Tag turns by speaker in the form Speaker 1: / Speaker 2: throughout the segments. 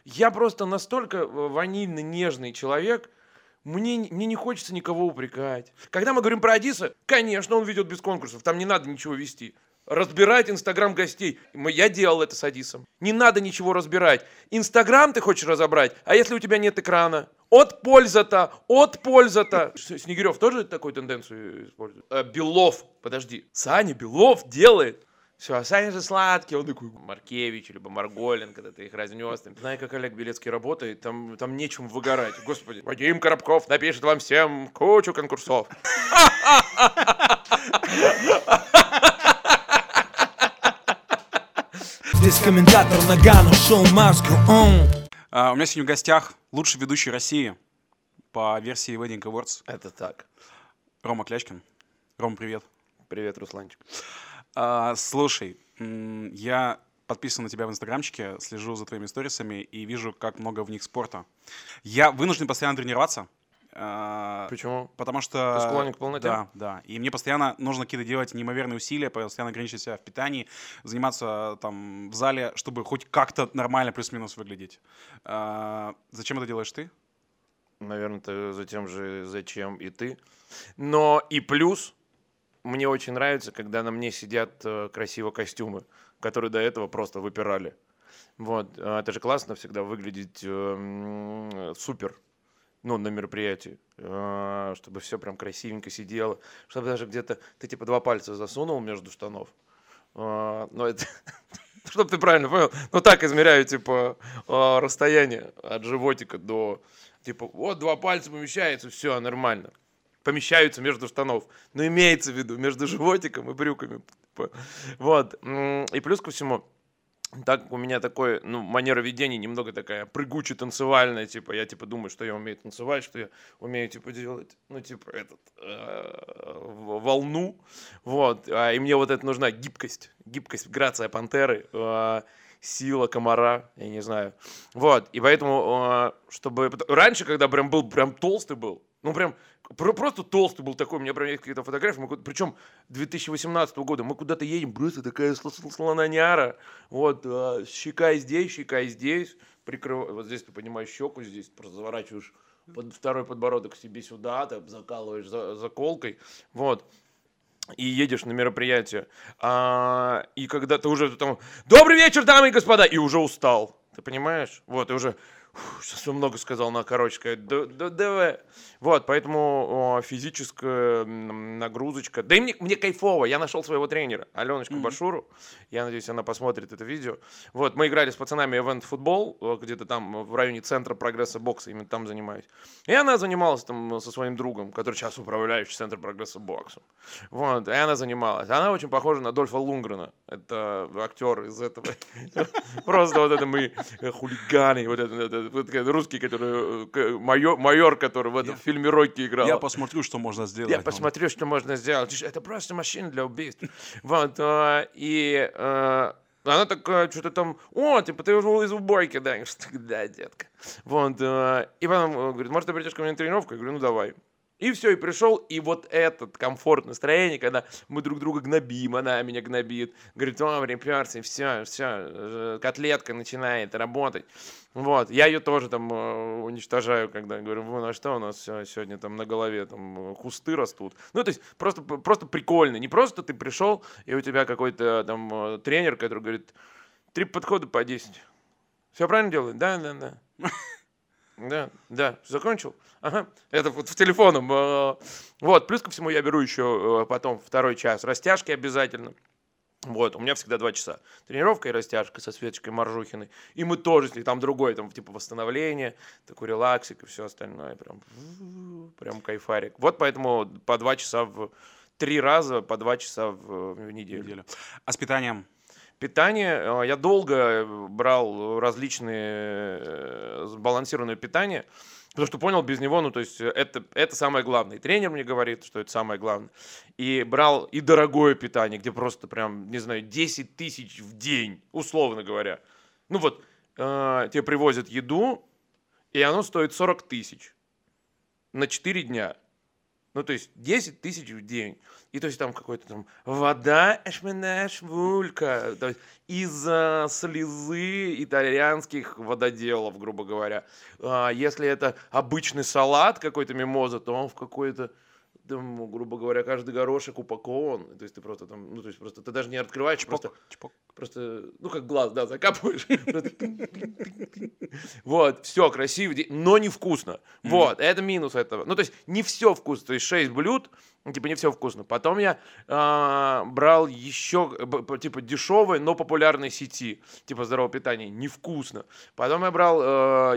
Speaker 1: Я просто настолько ванильно нежный человек, мне не хочется никого упрекать. Когда мы говорим про Адиса, конечно, он ведет без конкурсов, там не надо ничего вести. Разбирать Инстаграм гостей. Я делал это с Адисом. Не надо ничего разбирать. Инстаграм ты хочешь разобрать, а если у тебя нет экрана? От польза-то. Снегирев тоже такую тенденцию использует? Белов, подожди. Саня Белов делает. Все, а Саня же сладкий, он такой Маркевич, либо Марголин, когда ты их разнес. Знаю, как Олег Белецкий работает, там нечем выгорать. Господи, Вадим Коробков напишет вам всем кучу конкурсов.
Speaker 2: Здесь комментатор Нагано, шоу must go on.
Speaker 3: У меня сегодня в гостях лучший ведущий России по версии Wedding Awards.
Speaker 1: Это так.
Speaker 3: Рома Клячкин. Рома, привет.
Speaker 1: Привет, Русланчик.
Speaker 3: Слушай, я подписан на тебя в инстаграмчике, слежу за твоими сторисами и вижу, как много в них спорта. Я вынужден постоянно тренироваться.
Speaker 1: Почему?
Speaker 3: Потому что...
Speaker 1: Ты склонен к полноте?
Speaker 3: Да. И мне постоянно нужно какие-то делать неимоверные усилия, постоянно ограничивать себя в питании, заниматься там в зале, чтобы хоть как-то нормально плюс-минус выглядеть. Зачем это делаешь ты?
Speaker 1: Наверное, ты зачем и ты. Но и плюс, мне очень нравится, когда на мне сидят красиво костюмы, которые до этого просто выпирали. Вот. Это же классно всегда выглядеть супер. Ну, на мероприятии, чтобы все прям красивенько сидело, чтобы даже где-то ты типа 2 пальца засунул между штанов. Но это, чтобы ты правильно понял, ну так измеряю типа расстояние от животика до, типа вот 2 пальца помещается, все нормально. Помещаются между штанов, но имеется в виду между животиком и брюками. Вот, и плюс ко всему, так как у меня такой, манера ведения немного такая прыгуче-танцевальная, типа, я, думаю, что я умею танцевать, что я умею, делать, волну, вот, и мне вот это нужна гибкость, грация пантеры, сила комара, я не знаю, вот, и поэтому, чтобы, раньше, когда был толстый был, просто толстый был такой, у меня прям есть какие-то фотографии, причем 2018 года, мы куда-то едем, просто такая слононяра, вот, щека здесь, прикрываю, вот здесь ты поднимаешь щеку, здесь просто заворачиваешь второй подбородок себе сюда, ты закалываешь заколкой, вот, и едешь на мероприятие, и когда ты уже там, добрый вечер, дамы и господа, и уже устал, ты понимаешь, вот, и уже... Сейчас я много сказал, короче сказать, давай. Вот, поэтому физическая нагрузочка. Да и мне кайфово, я нашел своего тренера, Аленочку Башуру. Я надеюсь, она посмотрит это видео. Вот, мы играли с пацанами ивент-футбол, где-то там в районе центра прогресса бокса, именно там занимаюсь. И она занималась там со своим другом, который сейчас управляющий центр прогресса боксом. Вот, и она занималась. Она очень похожа на Дольфа Лундгрена. Это актер из этого. Просто вот это мы хулиганы, вот это. Русский, который майор, который в этом фильме Рокки играл.
Speaker 3: Я посмотрю, что можно сделать.
Speaker 1: Это просто машина для убийств. Вот, и она такая, что-то там, ты уже из убойки, да? Да, детка. Вот, и потом говорит, может, ты придешь ко мне на тренировку? Я говорю, давай. И все, и пришел, и вот этот комфорт настроение, когда мы друг друга гнобим, она меня гнобит, говорит, приперся, все, котлетка начинает работать. Вот, я ее тоже там уничтожаю, когда говорю, а что у нас сегодня там на голове, там кусты растут. То есть просто прикольно, не просто ты пришел, и у тебя какой-то там тренер, который говорит, 3 подхода по 10. Все правильно делает? Да. Да, закончил? Ага, это вот в телефоном. Вот, плюс ко всему я беру еще потом 2 час растяжки обязательно. Вот, у меня всегда 2 часа. Тренировка и растяжка со Светочкой Маржухиной. И мы тоже, если там другой, там типа восстановление, такой релаксик и все остальное. Прям кайфарик. Вот поэтому по 2 часа 3 раза по 2 часа в неделю.
Speaker 3: А с питанием?
Speaker 1: Питание. Я долго брал различные сбалансированное питание, потому что понял, без него, то есть это самое главное. И тренер мне говорит, что это самое главное. И брал и дорогое питание, где просто прям, не знаю, 10 тысяч в день, условно говоря. Тебе привозят еду, и оно стоит 40 тысяч на 4 дня. Ну, то есть 10 тысяч в день. И то есть там какой-то там вода, вулька, то есть из-за слезы итальянских вододелов, грубо говоря. Если это обычный салат какой-то мимоза, то он в какой-то, там, грубо говоря, каждый горошек упакован. То есть ты просто там, ну, то есть просто ты даже не открываешь, просто, ну, как глаз, да, закапываешь. Вот, все, красиво, но невкусно. Вот, это минус этого. Ну, то есть не все вкусно, то есть 6 блюд, типа не все вкусно. Потом я брал еще, типа, дешевой, но популярной сети, типа здорового питания, невкусно. Потом я брал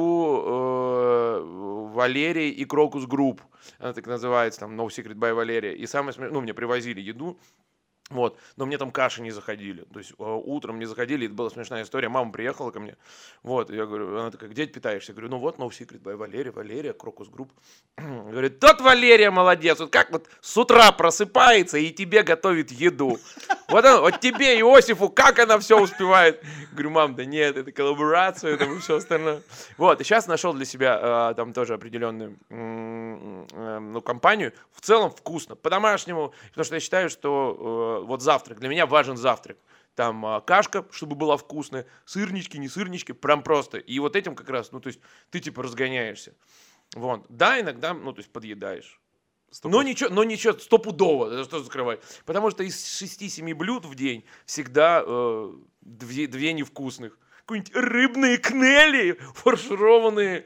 Speaker 1: еду Валерий и Крокус Групп, она так называется, там, No Secret by Валерия. И самое смешное, ну, мне привозили еду, вот, но мне там каши не заходили, то есть утром не заходили, это была смешная история, мама приехала ко мне, вот, я говорю, она такая, где ты питаешься? Я говорю, ну вот, No Secret by Валерия, Крокус Групп. Говорит, тот Валерия молодец, вот как вот с утра просыпается и тебе готовит еду. Вот она, вот тебе, Иосифу, как она все успевает? Говорю, мам, да нет, это коллаборация, это все остальное. Вот, и сейчас нашел для себя там тоже определенную ну, компанию. В целом вкусно, по-домашнему, потому что я считаю, что вот завтрак, для меня важен завтрак. Там кашка, чтобы была вкусная, сырнички, не сырнички, прям просто. И вот этим как раз, ну, то есть ты типа разгоняешься. Вот. Да, иногда, ну, то есть подъедаешь. Но ничего, стопудово, это что закрывать. Потому что из 6-7 блюд в день всегда две невкусных. Какие-нибудь рыбные кнели, фаршированные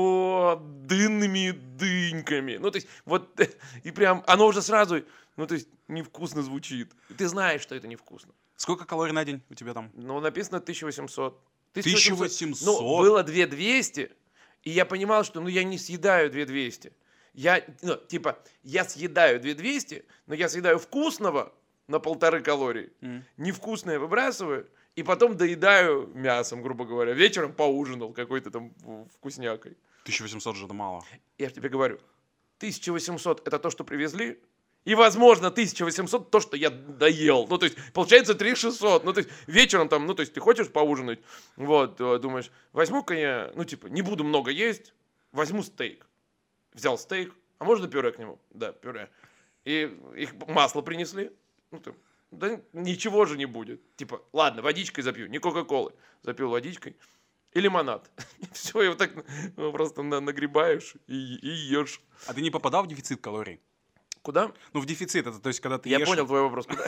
Speaker 1: дынными дыньками. Ну, то есть, вот, и прям, оно уже сразу, ну, то есть, невкусно звучит. Ты знаешь, что это невкусно.
Speaker 3: Сколько калорий на день у тебя там?
Speaker 1: Ну, написано 1800.
Speaker 3: 1800?
Speaker 1: Ну, было 2200, и я понимал, что, ну, я не съедаю 2200. Я съедаю 2200, но я съедаю вкусного на 1,5 калории. Невкусное выбрасываю, и потом доедаю мясом, грубо говоря. Вечером поужинал какой-то там вкуснякой.
Speaker 3: 1800 же это мало.
Speaker 1: Я же тебе говорю, 1800 это то, что привезли, и, возможно, 1800 то, что я доел. Ну, то есть, получается 3600. Ну, то есть, вечером там, ну, то есть, ты хочешь поужинать, вот, думаешь, возьму-ка я, ну, типа, не буду много есть, возьму стейк. Взял стейк, а можно пюре к нему? Да, пюре. И их масло принесли. Ну, там, да ничего же не будет. Типа, ладно, водичкой запью, не кока-колой. Запил водичкой и лимонад. Все, и вот так просто нагребаешь и ешь.
Speaker 3: А ты не попадал в дефицит калорий?
Speaker 1: Куда?
Speaker 3: Ну, в дефицит, это то есть, когда ты
Speaker 1: Я
Speaker 3: ешь...
Speaker 1: понял твой вопрос, куда?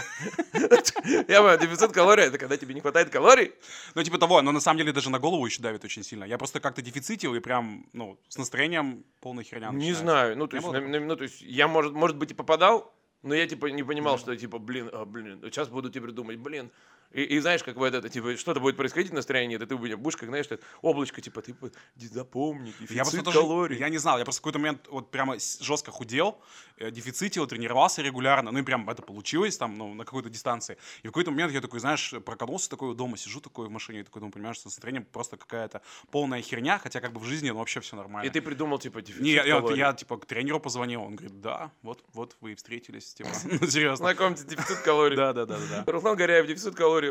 Speaker 1: Я понял, дефицит калорий, это когда тебе не хватает калорий?
Speaker 3: Ну, типа того, но на самом деле даже на голову еще давит очень сильно. Я просто как-то дефицитил и прям, ну, с настроением полная херня начинается.
Speaker 1: Не знаю, ну, то есть, я, может быть, и попадал, но я, типа, не понимал, что, типа, блин, сейчас буду теперь думать, блин. И знаешь, как вот это, типа, что-то будет происходить в настроении, это ты будешь, как, знаешь, облачко, типа, ты запомни, дефицит калорий.
Speaker 3: Я не знал, я просто в какой-то момент вот прямо жестко худел, дефицитил, тренировался регулярно, ну и прям это получилось там, ну, на какой-то дистанции. И в какой-то момент я такой, знаешь, прокололся такой дома, сижу такой в машине, и такой, думаю, понимаешь, что настроение просто какая-то полная херня, хотя как бы в жизни, ну, вообще все нормально.
Speaker 1: И ты придумал, типа, дефицит
Speaker 3: калорий? Я, типа, к тренеру позвонил, он говорит, да, вот вы и встретились, типа, ну, серьезно.
Speaker 1: Знакомьте, дефицит калорий.
Speaker 3: Да.
Speaker 1: Руслан Горяев, дефицит калорий.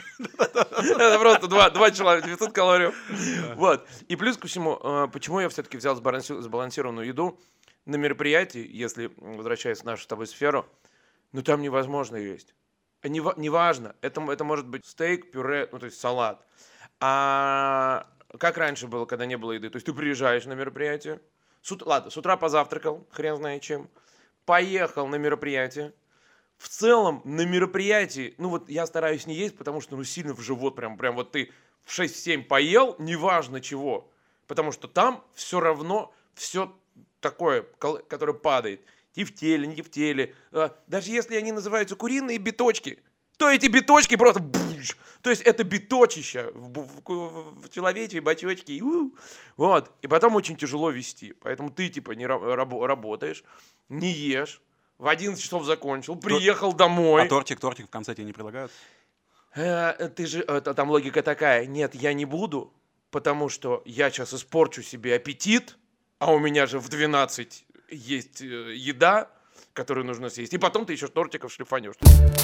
Speaker 1: Это просто два человека, 900 калорий. Вот. И плюс ко всему, почему я все-таки взял сбалансированную еду на мероприятии, если возвращаясь в нашу с тобой сферу, ну там невозможно есть. Неважно. Это может быть стейк, пюре, ну то есть салат. А как раньше было, когда не было еды? То есть ты приезжаешь на мероприятие, с утра позавтракал, хрен знает чем, поехал на мероприятие. В целом, на мероприятии, ну вот я стараюсь не есть, потому что ну сильно в живот, прям вот ты в 6-7 поел, неважно чего, потому что там все равно все такое, которое падает. И в теле, не в теле. Даже если они называются куриные биточки, то эти биточки просто... То есть это биточища в человечьей бочочке. Вот. И потом очень тяжело вести. Поэтому ты типа не работаешь, не ешь. В 11 часов закончил, приехал домой.
Speaker 3: А тортик в конце тебе не предлагают?
Speaker 1: Ты же, там логика такая, нет, я не буду, потому что я сейчас испорчу себе аппетит, а у меня же в 12 есть еда, которую нужно съесть, и потом ты еще тортиков шлифанешь.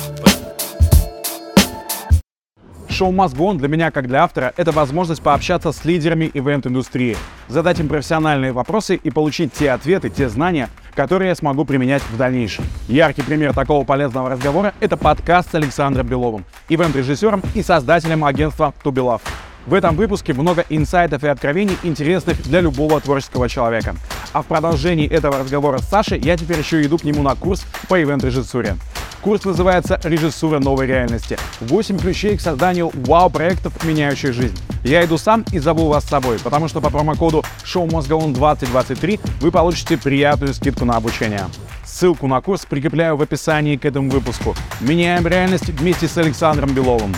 Speaker 4: Шоу Must Go On для меня, как для автора, это возможность пообщаться с лидерами ивент-индустрии, задать им профессиональные вопросы и получить те ответы, те знания, которые я смогу применять в дальнейшем. Яркий пример такого полезного разговора – это подкаст с Александром Беловым, ивент-режиссером и создателем агентства To Be Love. В этом выпуске много инсайтов и откровений, интересных для любого творческого человека. А в продолжении этого разговора с Сашей я теперь еще иду к нему на курс по ивент-режиссуре. Курс называется «Режиссура новой реальности». 8 ключей к созданию вау-проектов, меняющих жизнь. Я иду сам и зову вас с собой, потому что по промокоду SHOWMOZGOON2023 вы получите приятную скидку на обучение. Ссылку на курс прикрепляю в описании к этому выпуску. Меняем реальность вместе с Александром Беловым.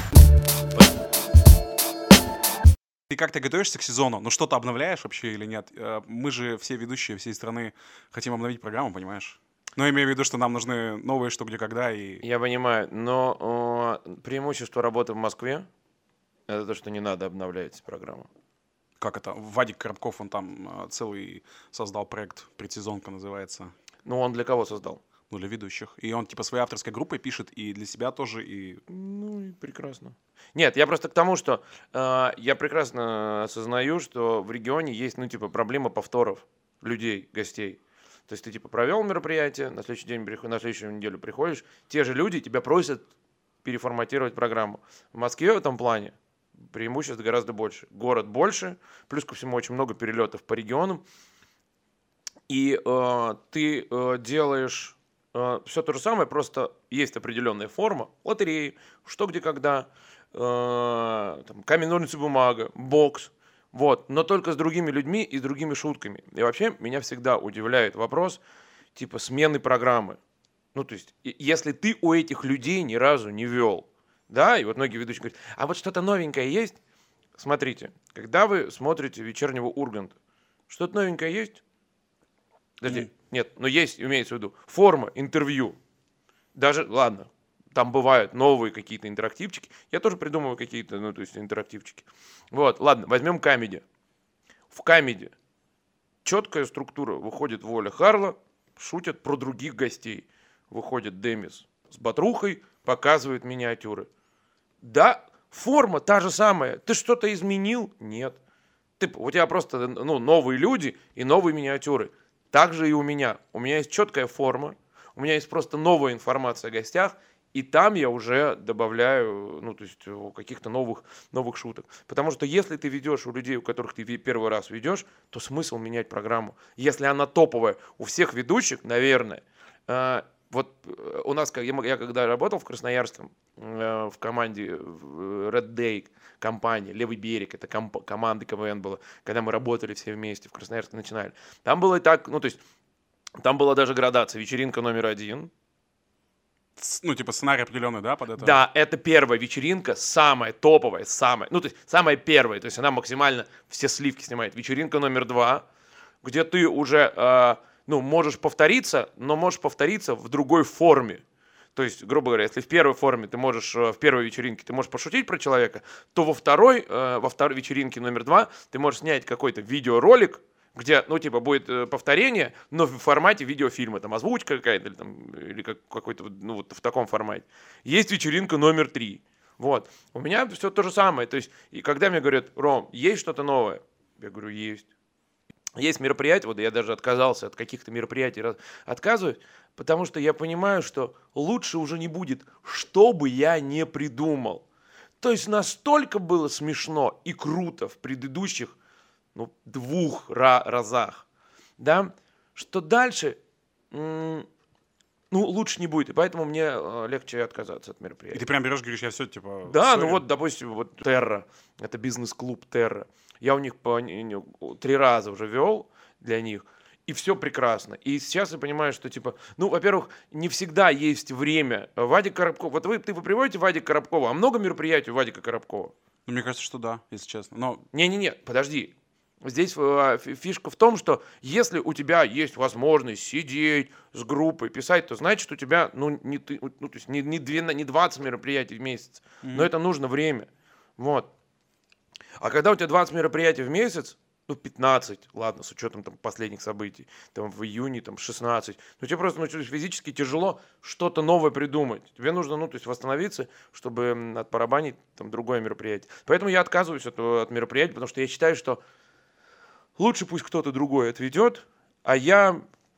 Speaker 3: Ты как-то готовишься к сезону? Ну что-то обновляешь вообще или нет? Мы же все ведущие всей страны хотим обновить программу, понимаешь? Но имею в виду, что нам нужны новые «Что, где, когда» и...
Speaker 1: Я понимаю, но преимущество работы в Москве — это то, что не надо обновлять программу.
Speaker 3: Как это? Вадик Коробков, он там целый создал проект, предсезонка называется.
Speaker 1: Ну, он для кого создал?
Speaker 3: Ну, для ведущих. И он типа своей авторской группой пишет и для себя тоже, и...
Speaker 1: Ну, и прекрасно. Нет, я просто к тому, что я прекрасно осознаю, что в регионе есть, ну, типа, проблема повторов людей, гостей. То есть ты, типа, провел мероприятие, на следующий день, на следующую неделю приходишь, те же люди тебя просят переформатировать программу. В Москве в этом плане преимуществ гораздо больше. Город больше, плюс ко всему очень много перелетов по регионам. И ты делаешь все то же самое, просто есть определенная форма, лотереи, что, где, когда, там, камень, ножницы, бумага, бокс. Вот, но только с другими людьми и с другими шутками. И вообще меня всегда удивляет вопрос типа смены программы. Ну, то есть, если ты у этих людей ни разу не вел, да, и вот многие ведущие говорят, а вот что-то новенькое есть? Смотрите, когда вы смотрите «Вечернего Урганта», что-то новенькое есть? Подожди, нет, но есть, имеется в виду, форма, интервью. Даже, ладно, там бывают новые какие-то интерактивчики. Я тоже придумываю какие-то, ну, то есть интерактивчики. Вот, ладно, возьмем комеди. В комеди четкая структура. Выходит Воля Харла, шутят про других гостей. Выходит Демис с Батрухой, показывает миниатюры. Да, форма та же самая. Ты что-то изменил? Нет. У тебя просто, ну, новые люди и новые миниатюры. Так же и у меня. У меня есть четкая форма. У меня есть просто новая информация о гостях. И там я уже добавляю, ну, то есть каких-то новых шуток. Потому что если ты ведешь у людей, у которых ты первый раз ведешь, то смысл менять программу. Если она топовая у всех ведущих, наверное. Вот у нас, я когда работал в Красноярском, в команде Red Day, компания, Левый берег, это команда КВН была, когда мы работали все вместе, в Красноярске начинали. Там было и так, ну, то есть, там была даже градация. Вечеринка номер 1.
Speaker 3: Ну, типа сценарий определенный, да, под это?
Speaker 1: Да, это первая вечеринка, самая топовая, ну, то есть самая первая, то есть она максимально все сливки снимает. Вечеринка номер 2, где ты уже, ну, можешь повториться, но можешь повториться в другой форме. То есть, грубо говоря, если в первой форме ты можешь, в первой вечеринке ты можешь пошутить про человека, то во второй вечеринке номер 2 ты можешь снять какой-то видеоролик, где, ну, типа, будет повторение, но в формате видеофильма, там, озвучка какая-то, или какой-то, ну, вот в таком формате. Есть вечеринка номер 3. Вот. У меня все то же самое. То есть, и когда мне говорят, Ром, есть что-то новое? Я говорю, есть. Есть мероприятия, вот я даже отказался от каких-то мероприятий, отказываюсь, потому что я понимаю, что лучше уже не будет, что бы я не придумал. То есть, настолько было смешно и круто в предыдущих, ну, 2 разах, да, что дальше, ну, лучше не будет, и поэтому мне легче отказаться от мероприятия.
Speaker 3: И ты прям берешь, говоришь, я все, типа...
Speaker 1: Да, ну вот, допустим, вот Терра, это бизнес-клуб Терра, я у них 3 раза уже вел для них, и все прекрасно. И сейчас я понимаю, что, типа, ну, во-первых, не всегда есть время. Вадик Коробков, вот вы приводите Вадика Коробкова, а много мероприятий у Вадика Коробкова?
Speaker 3: Ну, мне кажется, что да, если честно, но...
Speaker 1: Не-не-не, подожди. Здесь фишка в том, что если у тебя есть возможность сидеть с группой, писать, то значит у тебя, ну, то есть не 20 мероприятий в месяц, но это нужно время. Вот. А когда у тебя 20 мероприятий в месяц, ну, 15, ладно, с учетом там последних событий, там в июне, там 16, ну, тебе просто физически тяжело что-то новое придумать. Тебе нужно, ну, то есть восстановиться, чтобы отбарабанить там другое мероприятие. Поэтому я отказываюсь от мероприятий, потому что я считаю, что лучше пусть кто-то другой отведет, а я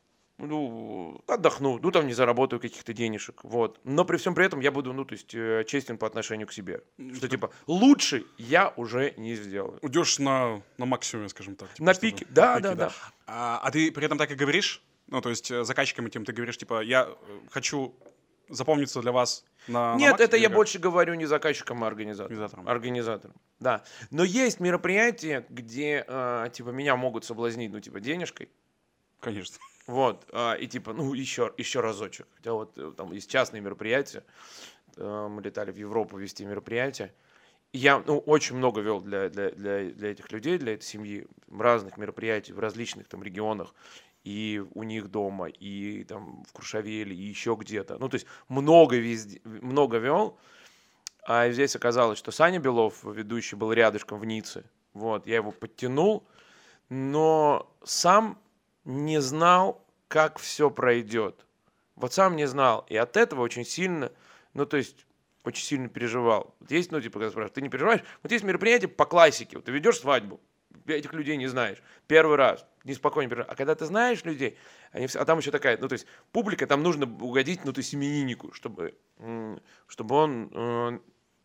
Speaker 1: отдохну, там не заработаю каких-то денежек, вот. Но при всем при этом я буду, честен по отношению к себе. Что, типа, лучше я уже не сделаю.
Speaker 3: Уйдешь на максимуме, скажем так. Типа,
Speaker 1: На пике, да.
Speaker 3: А ты при этом так и говоришь? Ну, то есть заказчикам этим ты говоришь, типа, я хочу запомниться для вас на
Speaker 1: Нет,
Speaker 3: максимуме,
Speaker 1: это я
Speaker 3: или
Speaker 1: больше говорю не заказчикам, а организаторам. Организаторам, да. Но есть мероприятия, где, типа, меня могут соблазнить, денежкой.
Speaker 3: Конечно.
Speaker 1: Вот, и типа, еще разочек. Хотя вот там есть частные мероприятия. Мы летали в Европу вести мероприятия. И я, очень много вел для этих людей, для этой семьи разных мероприятий в различных там регионах. И у них дома, и там в Крушавеле, и еще где-то. То есть много вел. А здесь оказалось, что Саня Белов, ведущий, был рядышком в Ницце. Вот, я его подтянул, но сам не знал, как все пройдет. Вот сам не знал. И от этого очень сильно, очень сильно переживал. Вот есть, когда спрашивают, ты не переживаешь? Вот есть мероприятие по классике. Вот ты ведешь свадьбу, этих людей не знаешь. Первый раз. Неспокойно переживаешь. А когда ты знаешь людей, а там еще такая, публика, там нужно угодить, имениннику, чтобы он...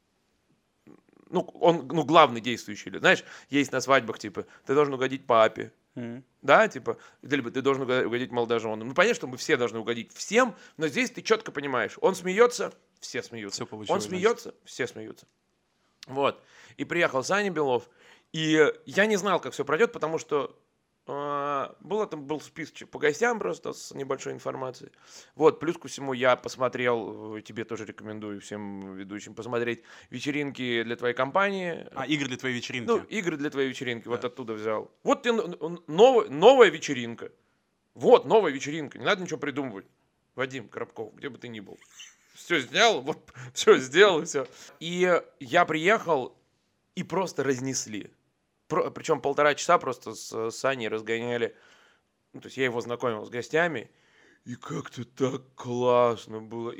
Speaker 1: он главный действующий. Знаешь, есть на свадьбах, типа, ты должен угодить папе. Да, типа, либо ты должен угодить молодоженам. Понятно, что мы все должны угодить всем, но здесь ты четко понимаешь, он смеется, все смеются. Он смеется, все смеются. Вот. И приехал Саня Белов, и я не знал, как все пройдет, потому что был списочек по гостям просто с небольшой информацией. Вот, плюс ко всему я посмотрел, тебе тоже рекомендую всем ведущим посмотреть вечеринки для твоей компании.
Speaker 3: Игры для твоей вечеринки.
Speaker 1: Игры для твоей вечеринки, да. Вот оттуда взял. Вот тебе новая вечеринка. Вот, новая вечеринка, не надо ничего придумывать. Вадим Коробков, где бы ты ни был. Все сделал, и все. И я приехал, и просто разнесли. Причем 1,5 часа просто с Саней разгоняли. То есть я его знакомил с гостями. И как-то так классно было.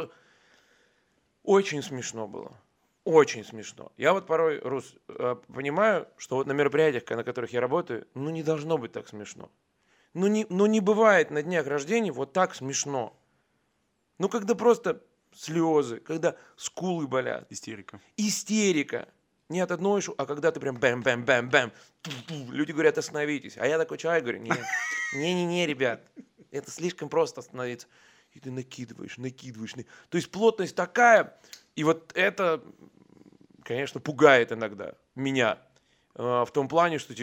Speaker 1: Очень смешно было. Очень смешно. Я вот порой, Рус, понимаю, что вот на мероприятиях, на которых я работаю, не должно быть так смешно. Не бывает на днях рождения вот так смешно. Когда просто слезы, когда скулы болят. Истерика. Не от одной а когда ты прям бэм-бэм-бэм-бэм. Люди говорят, остановитесь. А я такой человек говорю, нет, не, ребят, это слишком просто остановиться. И ты накидываешь. То есть плотность такая, и вот это, конечно, пугает иногда меня. В том плане, что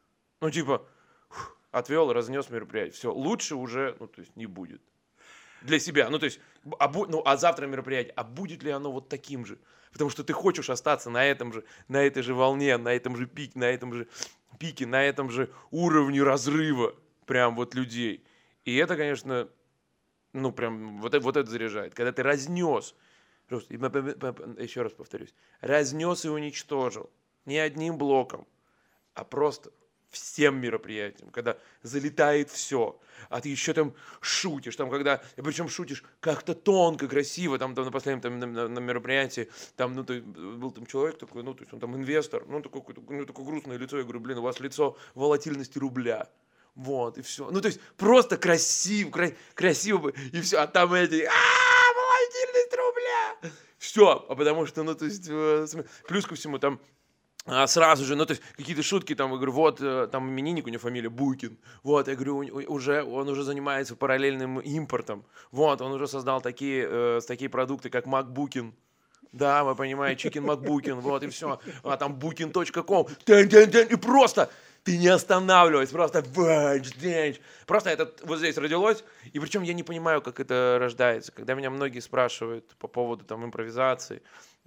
Speaker 1: отвел, разнес мероприятие. Все, лучше уже, не будет. Для себя. А завтра мероприятие, а будет ли оно вот таким же? Потому что ты хочешь остаться на этой же волне, на этом же пике, на этом же уровне разрыва прям вот людей. И это, конечно, прям вот это заряжает. Когда ты разнес, еще раз повторюсь, разнес и уничтожил не одним блоком, а просто всем мероприятиям, когда залетает все, а ты еще там шутишь, причем шутишь как-то тонко, красиво, там на последнем на мероприятии, был там человек такой, то есть он там инвестор, такое грустное лицо, я говорю, у вас лицо волатильности рубля. Вот, и все. То есть просто красиво, и все, а там волатильность рубля! Все, а потому что, плюс ко всему там сразу же, какие-то шутки, я говорю, там именинник, у него фамилия Букин, я говорю, он уже занимается параллельным импортом, он уже создал такие продукты, как MacBookin, да, вы понимаете, Chicken MacBookin, и все, там booking.com, и просто ты не останавливайся, просто это вот здесь родилось, и причем я не понимаю, как это рождается, когда меня многие спрашивают по поводу импровизации,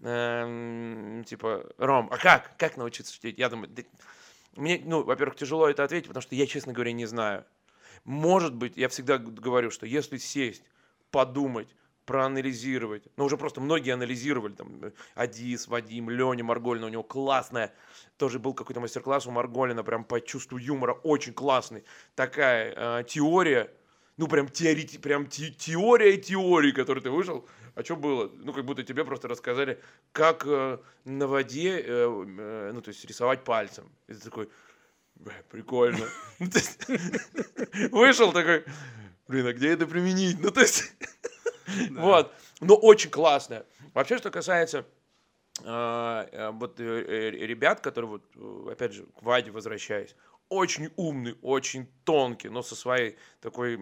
Speaker 1: Ром, а как научиться шутить? Я думаю, мне, во-первых, тяжело это ответить, потому что я, честно говоря, не знаю. Может быть, я всегда говорю, что если сесть, подумать, проанализировать, уже просто многие анализировали, Адис, Вадим, Леня Марголина, у него классная, тоже был какой-то мастер-класс у Марголина, прям по чувству юмора, очень классный, такая теория, прям теория теории, которой ты вышел. А что было? Как будто тебе просто рассказали, как на воде, то есть рисовать пальцем. И ты такой, прикольно. Вышел такой, блин, а где это применить? Ну, то есть, вот, но очень классно. Вообще, что касается вот ребят, которые, вот, опять же, к Ваде возвращаясь, очень умный, очень тонкий, но со своей такой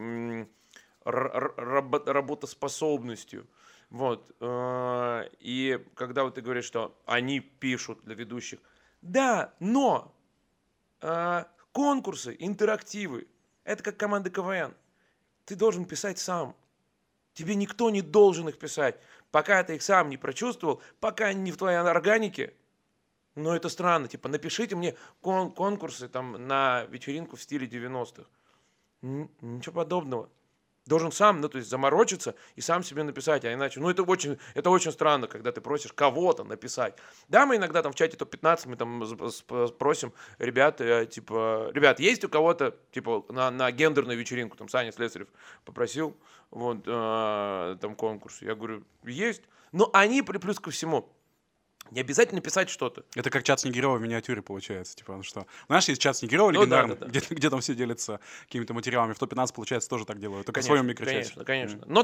Speaker 1: работоспособностью. Вот. И когда вот ты говоришь, что они пишут для ведущих, да, но конкурсы, интерактивы, это как команда КВН. Ты должен писать сам. Тебе никто не должен их писать, пока ты их сам не прочувствовал, пока они не в твоей органике. Но это странно. Типа, напишите мне конкурсы там, на вечеринку в стиле 90-х. Ничего подобного. Должен сам, ну, то есть заморочиться и сам себе написать, а иначе, ну, это очень странно, когда ты просишь кого-то написать. Да, мы иногда там в чате топ-15, мы там просим ребят, типа, ребят, есть у кого-то, типа, на гендерную вечеринку, там, Саня Слесарев попросил, вот, там, конкурс. Я говорю, есть. Но они, плюс ко всему, не обязательно писать что-то.
Speaker 3: Это как чат Снегирева в миниатюре получается. Типа, ну что? Знаешь, есть чат Снегирева
Speaker 1: Ну,
Speaker 3: легендарный,
Speaker 1: да.
Speaker 3: где там все делятся какими-то материалами. В топ-15, получается, тоже так делают. Только
Speaker 1: Конечно,
Speaker 3: в своем микрочате.
Speaker 1: Конечно. Но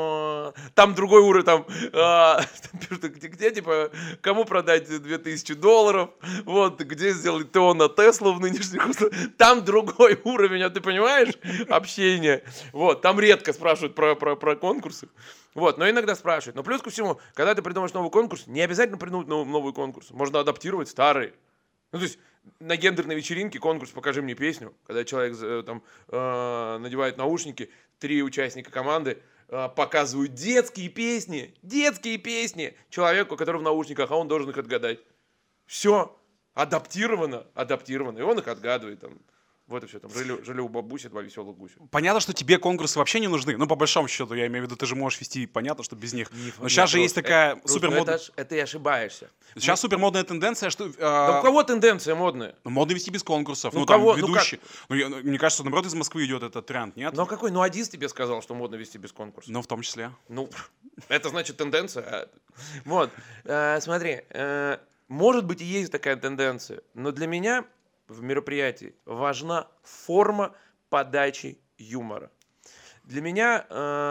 Speaker 1: там другой уровень, там пишут, где, типа, кому продать $2000, вот, где сделать ТО на Теслу в нынешних условиях. Там другой уровень, а ты понимаешь, общение. Вот, там редко спрашивают про конкурсы. Вот, но иногда спрашивают. Но плюс ко всему, когда ты придумаешь новый конкурс, не обязательно придумать новый конкурс. Можно адаптировать старые. Ну, то есть, на гендерной вечеринке конкурс «Покажи мне песню», когда человек там надевает наушники, 3 участника команды показывают детские песни человеку, который в наушниках, а он должен их отгадать. Все, адаптировано, и он их отгадывает там. Вот и все, там жили у бабуси 2 веселых гуся.
Speaker 3: Понятно, что тебе конкурсы вообще не нужны. Ну, по большому счету, я имею в виду, ты же можешь вести, понятно, что без них. Но сейчас же есть такая супермодная...
Speaker 1: Это и ошибаешься.
Speaker 3: Сейчас супермодная тенденция, что...
Speaker 1: Да у кого тенденция модная?
Speaker 3: Модно вести без конкурсов.
Speaker 1: Ну,
Speaker 3: Ну, там,
Speaker 1: кого?
Speaker 3: ведущие. Мне кажется, наоборот, из Москвы идет этот тренд, нет?
Speaker 1: Ну, какой? Ну, Адис тебе сказал, что модно вести без конкурса.
Speaker 3: Ну, в том числе.
Speaker 1: Ну, это значит тенденция. Вот, смотри, может быть и есть такая тенденция, но для меня в мероприятии важна форма подачи юмора. Для меня,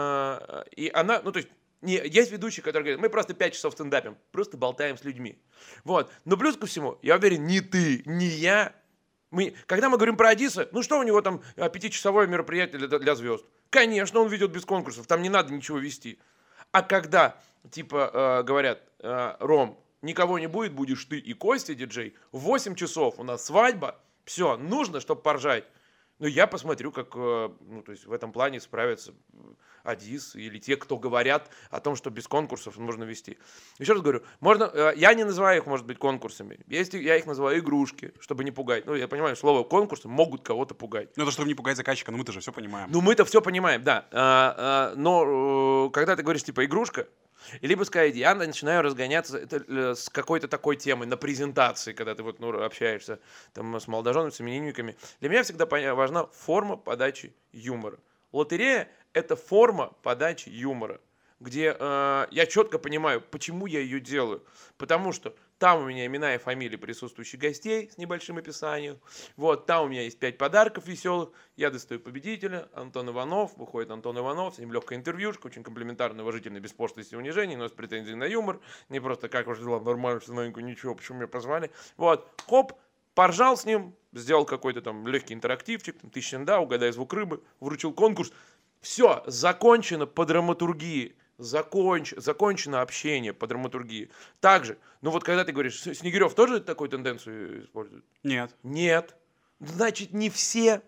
Speaker 1: и она, ну, то есть, есть ведущие, которые говорят, мы просто 5 часов стендапим, просто болтаем с людьми. Вот, но плюс ко всему, я уверен, ни ты, ни я, когда мы говорим про Адиса, ну что у него там 5-часовое мероприятие для звезд? Конечно, он ведет без конкурсов, там не надо ничего вести. А когда, типа, говорят, Ром, никого не будет, будешь ты и Костя, диджей, в 8 часов у нас свадьба, все, нужно, чтобы поржать. Ну, я посмотрю, как, ну, то есть в этом плане справятся Адис или те, кто говорят о том, что без конкурсов можно вести. Еще раз говорю, я не называю их, может быть, конкурсами. Я их называю игрушки, чтобы не пугать. Ну, я понимаю, слово конкурсы могут кого-то пугать.
Speaker 3: Ну, это чтобы не пугать заказчика, но мы-то же все понимаем.
Speaker 1: Ну, мы-то все понимаем, да. Но когда ты говоришь, типа, игрушка, либо сказать, я начинаю разгоняться с какой-то такой темой на презентации, когда ты вот, общаешься там, с молодоженами, с именинниками. Для меня всегда важна форма подачи юмора. Лотерея – это форма подачи юмора, где я четко понимаю, почему я ее делаю. Потому что там у меня имена и фамилии присутствующих гостей с небольшим описанием. Вот, там у меня есть 5 подарков веселых. Я достаю победителя, Антон Иванов. Выходит Антон Иванов, с ним легкая интервьюшка, очень комплиментарно, уважительно, без пошлости и унижений, но с претензией на юмор. Не просто как ваши дела, нормально, все новенько, ничего, почему меня позвали. Вот, хоп, поржал с ним, сделал какой-то там легкий интерактивчик, там, 1000 да, угадай звук рыбы, вручил конкурс. Все, закончено по драматургии. Закончено общение по драматургии. Также, ну вот когда ты говоришь, Снегирев тоже такую тенденцию использует?
Speaker 3: Нет.
Speaker 1: Нет. Значит, не все.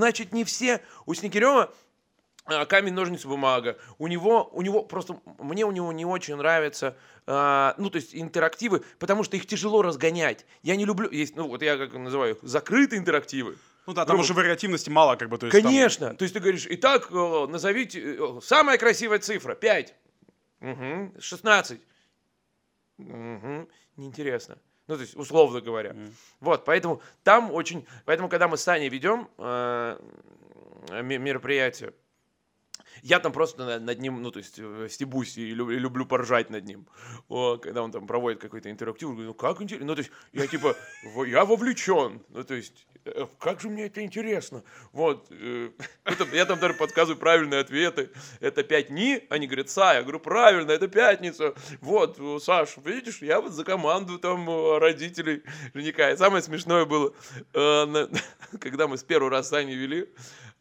Speaker 1: У Снегирева камень, ножницы, бумага. У него просто, мне у него не очень нравятся, ну, то есть интерактивы, потому что их тяжело разгонять. Я не люблю, есть, ну, вот я как называю их, закрытые интерактивы.
Speaker 3: Ну да, там уже вариативности мало, как бы, то есть.
Speaker 1: Конечно. То есть ты говоришь, итак, назовите, самая красивая цифра, 5. 16. Неинтересно. Ну, то есть, условно говоря. Вот, поэтому когда мы с Саней ведем мероприятие, Я там просто над ним, ну, то есть, стебусь и люблю поржать над ним. Когда он там проводит какой-то интерактив, говорю, ну, как интересно. Ну, то есть, я типа, я вовлечен. Ну, то есть, как же мне это интересно. Вот. Я там даже подсказываю правильные ответы. Это 5 дней. Они говорят, я говорю, правильно, это пятница. Вот, Саш, видишь, я вот за команду там родителей жениха. И самое смешное было, когда мы с первый раз Саню вели,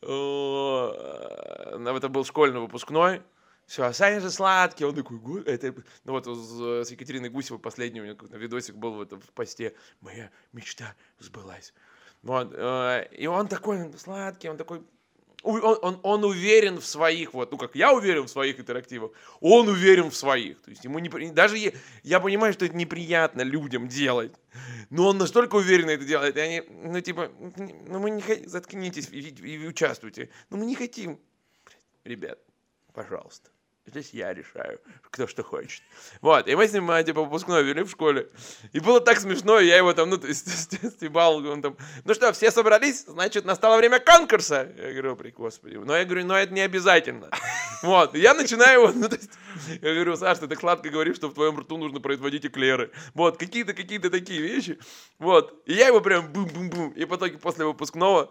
Speaker 1: это был школьный выпускной. Все, Саня же сладкий. Он такой, ну вот с Екатериной Гусевой последний у меня видосик был в посте. Моя мечта сбылась. Вот, и он такой сладкий, он такой... Он уверен в своих, вот, ну как я уверен в своих интерактивах, он уверен в своих. То есть ему даже я понимаю, что это неприятно людям делать, но он настолько уверенно это делает, и они, ну типа, ну мы не хотим, заткнитесь и участвуйте. Ну мы не хотим. Ребят, пожалуйста. Здесь я решаю, кто что хочет. Вот, и мы с ним, типа, выпускной вели в школе. И было так смешно, я его там, ну, то есть, стебал, он там, ну что, все собрались? Значит, настало время конкурса. Я говорю, господи, но я говорю, но это не обязательно. Вот, и я начинаю его, ну, то есть, я говорю, Саш, ты так сладко говоришь, что в твоем рту нужно производить эклеры. Вот, какие-то такие вещи. Вот, и я его прям бум-бум-бум. И в итоге после выпускного,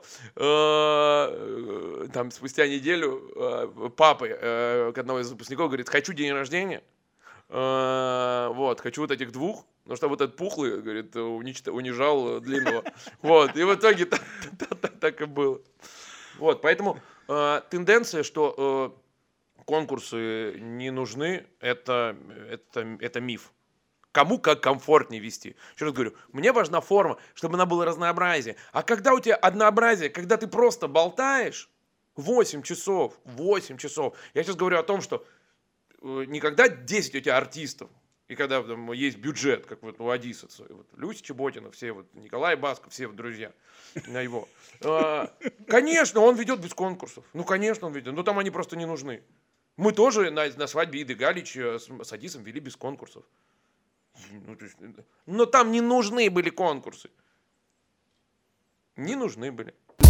Speaker 1: там, спустя неделю, папы одного из выпускников говорит, хочу день рождения, вот, хочу вот этих 2, но чтобы вот этот пухлый, говорит, унижал длинного. Вот, и в итоге так и было. Вот, поэтому тенденция, что конкурсы не нужны, это миф. Кому как комфортнее вести. Еще раз говорю, мне важна форма, чтобы она была разнообразие. А когда у тебя однообразие, когда ты просто болтаешь 8 часов. Я сейчас говорю о том, что никогда 10 у тебя артистов, и когда там есть бюджет, как вот у Одиссовца, вот, Люся Чеботина, все вот, Николай Басков, все вот, друзья на его. Конечно, он ведет без конкурсов. Ну, конечно, он ведет. Но там они просто не нужны. Мы тоже на свадьбе Иды Галич с Адисом вели без конкурсов. Но там не нужны были конкурсы. Не нужны были.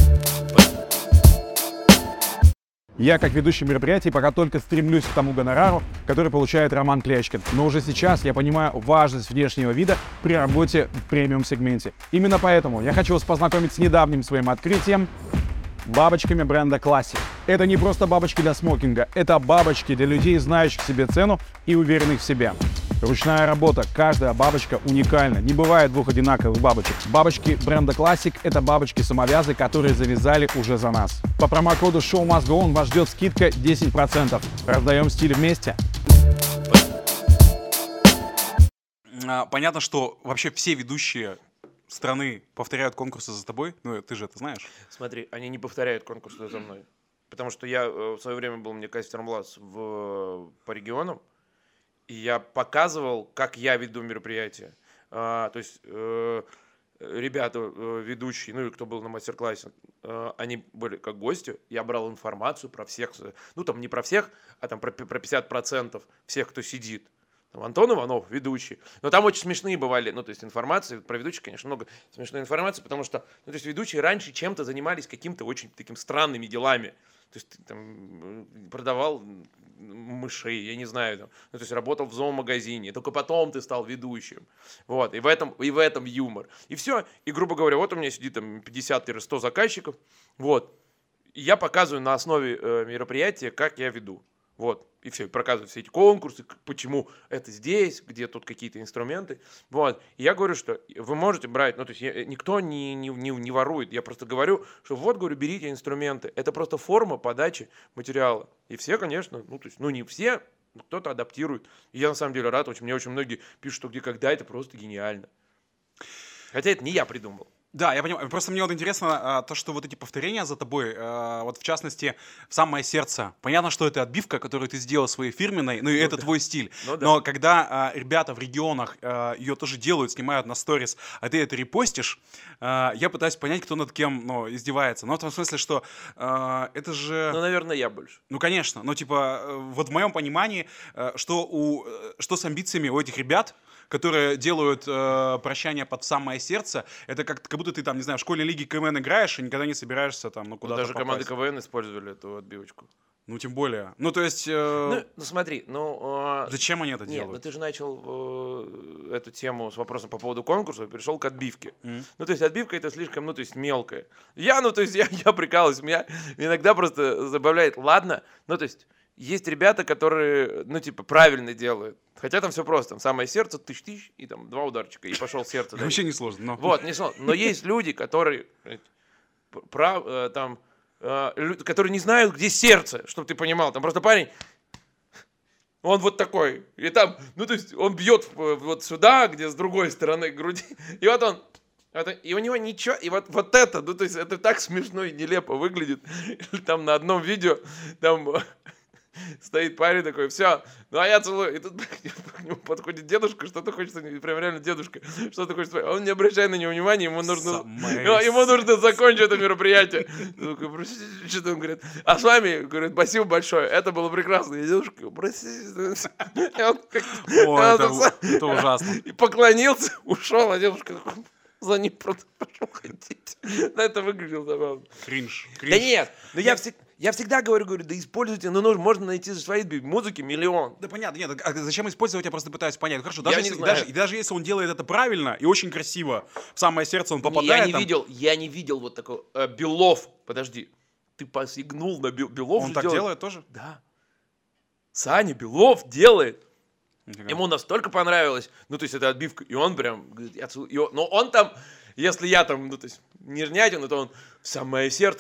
Speaker 4: Я, как ведущий мероприятий, пока только стремлюсь к тому гонорару, который получает Роман Клячкин. Но уже сейчас я понимаю важность внешнего вида при работе в премиум-сегменте. Именно поэтому я хочу вас познакомить с недавним своим открытием — бабочками бренда Classic. Это не просто бабочки для смокинга, это бабочки для людей, знающих себе цену и уверенных в себе. Ручная работа, каждая бабочка уникальна, не бывает 2 одинаковых бабочек. Бабочки бренда Classic — это бабочки-самовязы, которые завязали уже за нас. По промокоду Show Must Go On вас ждет скидка 10%. Раздаем стиль вместе.
Speaker 3: Понятно, что вообще все ведущие страны повторяют конкурсы за тобой, ну ты же это знаешь.
Speaker 1: Смотри, они не повторяют конкурсы за мной, потому что я в свое время был, мне кастер-младс по регионам, и я показывал, как я веду мероприятия. То есть ребята, ведущие, ну и кто был на мастер-классе, они были как гости, я брал информацию про всех, ну там не про всех, а там про 50% всех, кто сидит. Антон Иванов, ведущий. Но там очень смешные бывали, ну, то есть информации, про ведущих, конечно, много смешной информации, потому что, ну, то есть ведущие раньше чем-то занимались каким-то очень таким странными делами. То есть ты там продавал мышей, я не знаю, там, ну, то есть работал в зоомагазине, только потом ты стал ведущим. Вот, и в этом юмор. И все, и, грубо говоря, вот у меня сидит там 50-100 заказчиков, вот, и я показываю на основе мероприятия, как я веду. Вот, и все, показывают все эти конкурсы, почему это здесь, где тут какие-то инструменты. Вот, и я говорю, что вы можете брать, ну, то есть никто не ворует, я просто говорю, что вот, говорю, берите инструменты, это просто форма подачи материала. И все, конечно, ну, то есть, ну, не все, кто-то адаптирует. И я на самом деле рад, мне очень многие пишут, что где когда, это просто гениально. Хотя это не я придумал.
Speaker 3: Да, я понимаю. Просто мне вот интересно то, что вот эти повторения за тобой, вот в частности, в самое сердце. Понятно, что это отбивка, которую ты сделал своей фирменной, ну и это твой стиль.
Speaker 1: Да.
Speaker 3: Но когда ребята в регионах ее тоже делают, снимают на сторис, а ты это репостишь, я пытаюсь понять, кто над кем, ну, издевается. Но в том смысле, что это же...
Speaker 1: Ну, наверное, я больше.
Speaker 3: Ну, конечно. Ну, типа, вот в моем понимании, что с амбициями у этих ребят, которые делают прощание под самое сердце, это как будто ты там, не знаю, в школьной лиге КВН играешь и никогда не собираешься там, ну, куда-то
Speaker 1: Даже команды
Speaker 3: попасть.
Speaker 1: КВН использовали эту отбивочку.
Speaker 3: Ну, тем более. Ну, то есть...
Speaker 1: Ну, смотри,
Speaker 3: зачем они это
Speaker 1: нет,
Speaker 3: делают?
Speaker 1: ну ты же начал эту тему с вопросом по поводу конкурса и перешел к отбивке. Ну, то есть отбивка это слишком, ну, то есть мелкая. Я прикалываюсь, меня иногда просто забавляет. Ладно, ну, то есть ребята, которые, ну, типа, правильно делают. Хотя там все просто. Там самое сердце, тыщ-тыщ, и там 2 ударчика, и пошел сердце.
Speaker 3: Вообще не сложно. Но...
Speaker 1: Вот, не сложно. Но есть люди, которые которые не знают, где сердце, чтобы ты понимал. Там просто парень, он вот такой. И там, ну, то есть он бьет вот сюда, где с другой стороны груди. И вот он, и у него ничего, и вот это, ну, то есть это так смешно и нелепо выглядит. Там на одном видео, там стоит парень такой, все, ну а я целую. И тут к нему подходит дедушка, что-то хочет, прям реально дедушка, что-то хочет. Он не обращает на него внимания, ему нужно закончить это мероприятие. Что-то он говорит, а с вами, говорит, спасибо большое, это было прекрасно. И дедушка, простите.
Speaker 3: Это ужасно.
Speaker 1: И поклонился, ушел, а дедушка такой... За ним просто пошел ходить. Но это выглядело забавно.
Speaker 3: Кринж.
Speaker 1: Да нет, но я всегда говорю, да используйте, но можно найти за свои музыки миллион.
Speaker 3: Да понятно, нет, а зачем использовать, я просто пытаюсь понять. Хорошо, даже если он делает это правильно и очень красиво, в самое сердце он попадает.
Speaker 1: Я не видел вот такого. Белов, подожди, ты посягнул на Белов.
Speaker 3: Он так делает тоже?
Speaker 1: Да. Саня Белов делает. Ему настолько понравилось, ну, то есть, это отбивка, и он прям, говорит, я целую, но он там, если я там, ну, то есть, нежнятин, то он в самое сердце,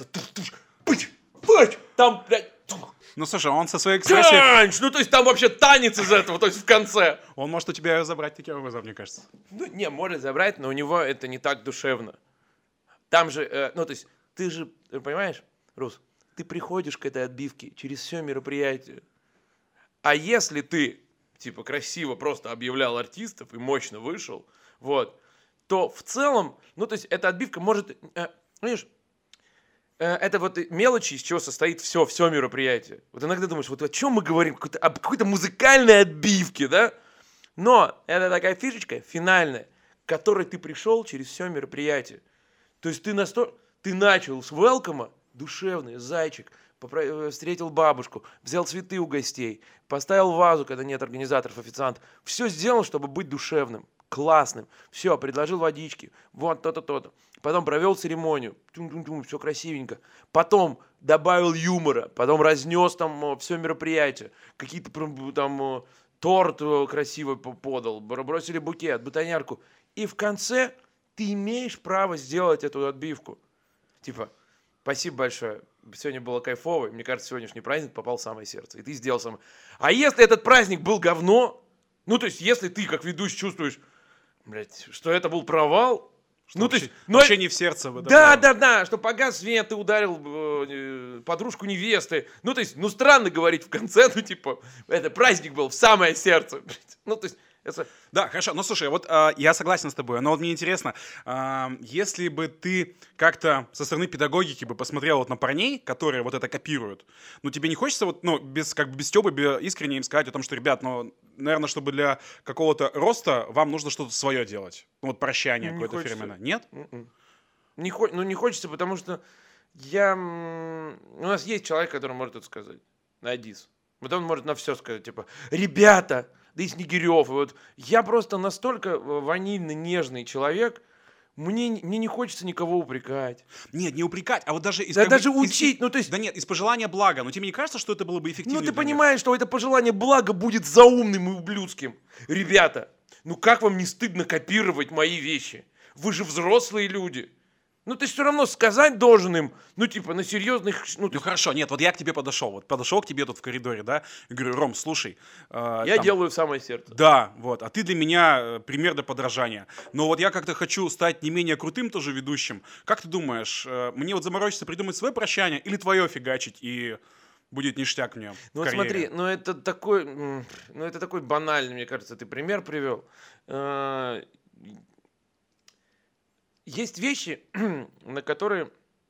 Speaker 1: там, блядь,
Speaker 3: ну, слушай, он со своей экспрессией...
Speaker 1: ну, то есть, там вообще танец из этого, то есть, в конце.
Speaker 3: Он может у тебя забрать таким образом, мне кажется.
Speaker 1: Ну, не, может забрать, но у него это не так душевно. Там же, ну, то есть, ты же, понимаешь, Рус, ты приходишь к этой отбивке через все мероприятие, а если ты типа красиво просто объявлял артистов и мощно вышел, вот, то в целом, ну, то есть эта отбивка может, видишь, это вот мелочи, из чего состоит все мероприятие. Вот иногда думаешь, вот о чем мы говорим, об какой-то музыкальной отбивке, да? Но это такая фишечка финальная, к которой ты пришел через все мероприятие. То есть ты начал с велкома, душевный, зайчик, встретил бабушку, взял цветы у гостей, поставил вазу, когда нет организаторов, официантов. Все сделал, чтобы быть душевным, классным. Все, предложил водички, вот то-то, то-то. Потом провел церемонию, все красивенько. Потом добавил юмора, потом разнес там все мероприятие. Какие-то там торт красивый подал, бросили букет, бутоньярку. И в конце ты имеешь право сделать эту отбивку. Типа, спасибо большое. Сегодня было кайфово. Мне кажется, сегодняшний праздник попал в самое сердце. И ты сделал самое... А если этот праздник был говно, ну, то есть, если ты, как ведущий, чувствуешь, блядь, что это был провал,
Speaker 3: что
Speaker 1: ну,
Speaker 3: вообще,
Speaker 1: то есть...
Speaker 3: вообще не в сердце.
Speaker 1: Да, что погас свет, ты ударил подружку невесты. Ну, то есть, ну, странно говорить в конце, ну, типа, это праздник был в самое сердце. Блядь. Ну, то есть...
Speaker 3: Да, хорошо. Ну, слушай, вот я согласен с тобой, но вот мне интересно, если бы ты как-то со стороны педагогики бы посмотрел вот на парней, которые вот это копируют, ну, тебе не хочется вот, ну, без стёба, искренне им сказать о том, что, ребят, ну, наверное, чтобы для какого-то роста вам нужно что-то свое делать? Ну, вот прощание какое-то фирменное. Нет?
Speaker 1: Не хочется, потому что у нас есть человек, который может это сказать. Адис. Вот он может на все сказать, типа, ребята, да и Снегирев. Вот я просто настолько ванильный, нежный человек, мне не хочется никого упрекать.
Speaker 3: Нет, не упрекать, а вот даже...
Speaker 1: учить, ну то есть...
Speaker 3: Да нет, из пожелания блага. Но тебе не кажется, что это было бы эффективнее?
Speaker 1: Ну ты понимаешь, что это пожелание блага будет заумным и ублюдским. Ребята, ну как вам не стыдно копировать мои вещи? Вы же взрослые люди. Ну, ты все равно сказать должен им, ну, типа, на серьезных...
Speaker 3: Ну, хорошо, нет, вот я к тебе подошел к тебе тут в коридоре, да, и говорю, Ром, слушай...
Speaker 1: я делаю в самое сердце.
Speaker 3: Да, вот, а ты для меня пример для подражания. Но вот я как-то хочу стать не менее крутым тоже ведущим. Как ты думаешь, мне вот заморочиться придумать свое прощание или твое фигачить, и будет ништяк мне
Speaker 1: Ну, вот смотри, это такой банальный, мне кажется, ты пример привел. Есть вещи, на которые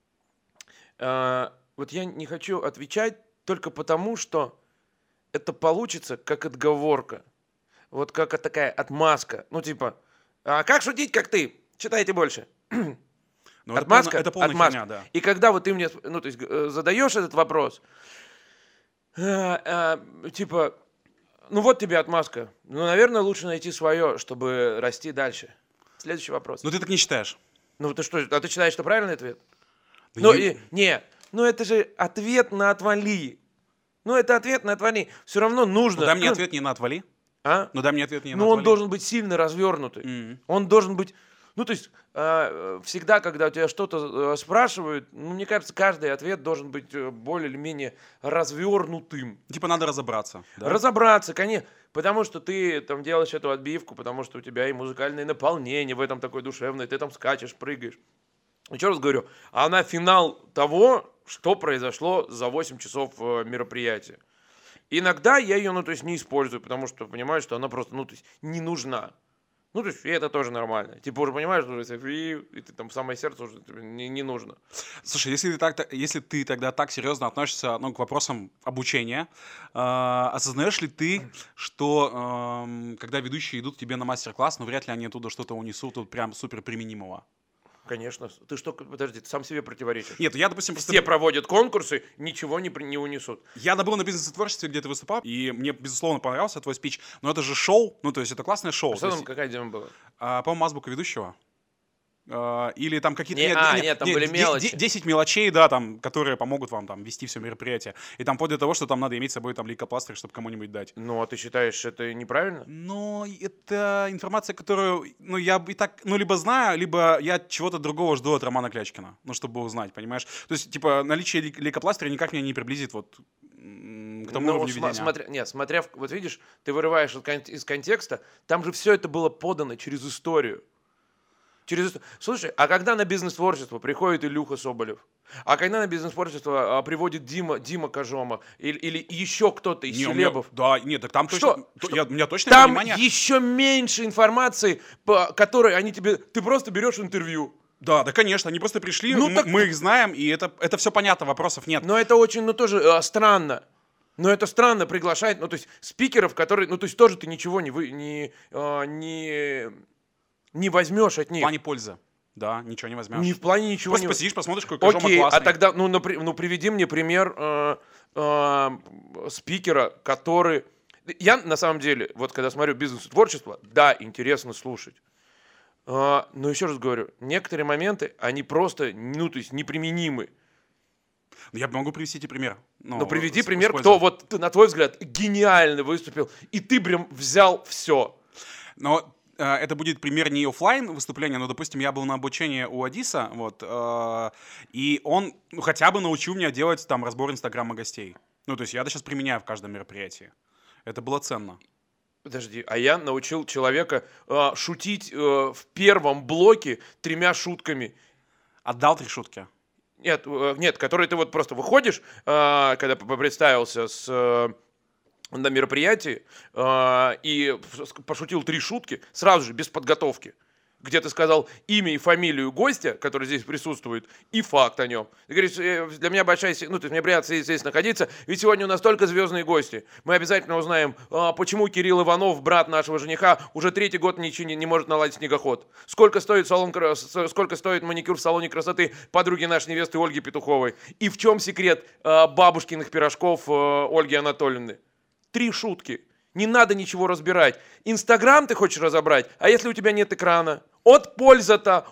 Speaker 1: вот я не хочу отвечать только потому, что это получится как отговорка. Вот как такая отмазка. Ну, типа, а как шутить, как ты? Читайте больше.
Speaker 3: Отмазка? Это полная
Speaker 1: отмазка.
Speaker 3: Херня, да.
Speaker 1: И когда вот ты мне, ну, то есть, задаешь этот вопрос, Типа, ну вот тебе отмазка. Ну, наверное, лучше найти свое, чтобы расти дальше. Следующий вопрос.
Speaker 3: Ну ты так не считаешь.
Speaker 1: Ну ты что, а ты считаешь, что правильный ответ?
Speaker 3: Да
Speaker 1: Ну,
Speaker 3: я-
Speaker 1: ну это же ответ на отвали. Ну это ответ на отвали. Все равно нужно.
Speaker 3: Ну дай мне ответ не на отвали.
Speaker 1: А?
Speaker 3: Ну дай мне ответ не на
Speaker 1: Ну, он
Speaker 3: отвали.
Speaker 1: должен быть сильно развернутый.
Speaker 3: Мгм.
Speaker 1: Он должен быть... Ну, то есть, всегда, когда у тебя что-то спрашивают, ну, мне кажется, каждый ответ должен быть более или менее развернутым.
Speaker 3: Типа надо разобраться. Да?
Speaker 1: Разобраться, конечно. Потому что ты там делаешь эту отбивку, потому что у тебя и музыкальное наполнение в этом такое душевное, ты там скачешь, прыгаешь. Еще раз говорю, она финал того, что произошло за 8 часов мероприятия. Иногда я ее, ну, то есть, не использую, потому что понимаю, что она просто, ну, то есть, не нужна. Ну, то есть, и это тоже нормально. Типа, уже понимаешь, что и ты там в самое сердце уже тебе не нужно.
Speaker 3: Слушай, если ты тогда так серьезно относишься, ну, к вопросам обучения, осознаешь ли ты, что когда ведущие идут к тебе на мастер-класс, ну, вряд ли они оттуда что-то унесут вот прям супер применимого?
Speaker 1: Конечно. Ты что, подожди, ты сам себе противоречишь.
Speaker 3: Нет, я, допустим, просто...
Speaker 1: Все проводят конкурсы, ничего не унесут.
Speaker 3: Я был на бизнес-творчестве, где ты выступал, и мне, безусловно, понравился твой спич, но это же шоу, ну, то есть это классное шоу.
Speaker 1: А что там, какая тема была?
Speaker 3: По-моему, азбука ведущего. Или там какие-то...
Speaker 1: Нет, там были мелочи.
Speaker 3: 10 мелочей, да, там, которые помогут вам там вести все мероприятие. И там вплоть до того, что там надо иметь с собой там лейкопластырь, чтобы кому-нибудь дать.
Speaker 1: Ну, а ты считаешь, это неправильно?
Speaker 3: Но это информация, которую, ну, я и так, ну, либо знаю, либо я чего-то другого жду от Романа Клячкина, ну, чтобы узнать, понимаешь? То есть, типа, наличие лейкопластыря никак меня не приблизит вот к тому уровню ведения.
Speaker 1: Смотря, вот видишь, ты вырываешь из контекста, там же все это было подано через историю. Слушай, а когда на бизнес-творчество приходит Илюха Соболев? А когда на бизнес-творчество приводит Дима Кожома? Или еще кто-то из селебов?
Speaker 3: Да, нет, так там
Speaker 1: Что?
Speaker 3: точно... У меня точно
Speaker 1: Там
Speaker 3: понимание...
Speaker 1: еще меньше информации, по которой они тебе... Ты просто берешь интервью.
Speaker 3: Да, конечно, они просто пришли,
Speaker 1: Ну, так-
Speaker 3: мы их знаем, и это все понятно, вопросов нет.
Speaker 1: Но это очень, ну тоже странно. Но это странно приглашать, ну то есть спикеров, которые, ну то есть тоже ты ничего не возьмешь от
Speaker 3: В
Speaker 1: них.
Speaker 3: плане пользы, да, ничего не возьмешь.
Speaker 1: Не в плане ничего
Speaker 3: Просто
Speaker 1: не...
Speaker 3: посидишь, посмотришь, какой Кожома
Speaker 1: Окей,
Speaker 3: классный.
Speaker 1: а тогда, приведи мне пример спикера, который... Я, на самом деле, вот когда смотрю бизнес и творчество, да, интересно слушать. Но еще раз говорю, некоторые моменты, они просто, ну, то есть, неприменимы.
Speaker 3: Я могу привести тебе пример.
Speaker 1: Но приведи пример, кто, вот, на твой взгляд, гениально выступил, и ты прям взял все.
Speaker 3: Но это будет пример не оффлайн выступления, но, допустим, я был на обучении у Адиса, вот, и он хотя бы научил меня делать там разбор инстаграма гостей. Ну, то есть я это сейчас применяю в каждом мероприятии. Это было ценно.
Speaker 1: Подожди, а я научил человека шутить в первом блоке 3 шутками.
Speaker 3: Отдал 3 шутки.
Speaker 1: Нет, которые ты вот просто выходишь, когда представился на мероприятии и пошутил 3 шутки, сразу же, без подготовки, где ты сказал имя и фамилию гостя, который здесь присутствует, и факт о нем. Ты говоришь, для меня большая... Ну, то есть мне приятно здесь находиться, ведь сегодня у нас только звездные гости. Мы обязательно узнаем, почему Кирилл Иванов, брат нашего жениха, уже 3-й год ничего не может наладить снегоход. Сколько стоит маникюр в салоне красоты подруги нашей невесты Ольги Петуховой. И в чем секрет бабушкиных пирожков Ольги Анатольевны. 3 шутки. Не надо ничего разбирать. Инстаграм ты хочешь разобрать, а если у тебя нет экрана? От польза-то.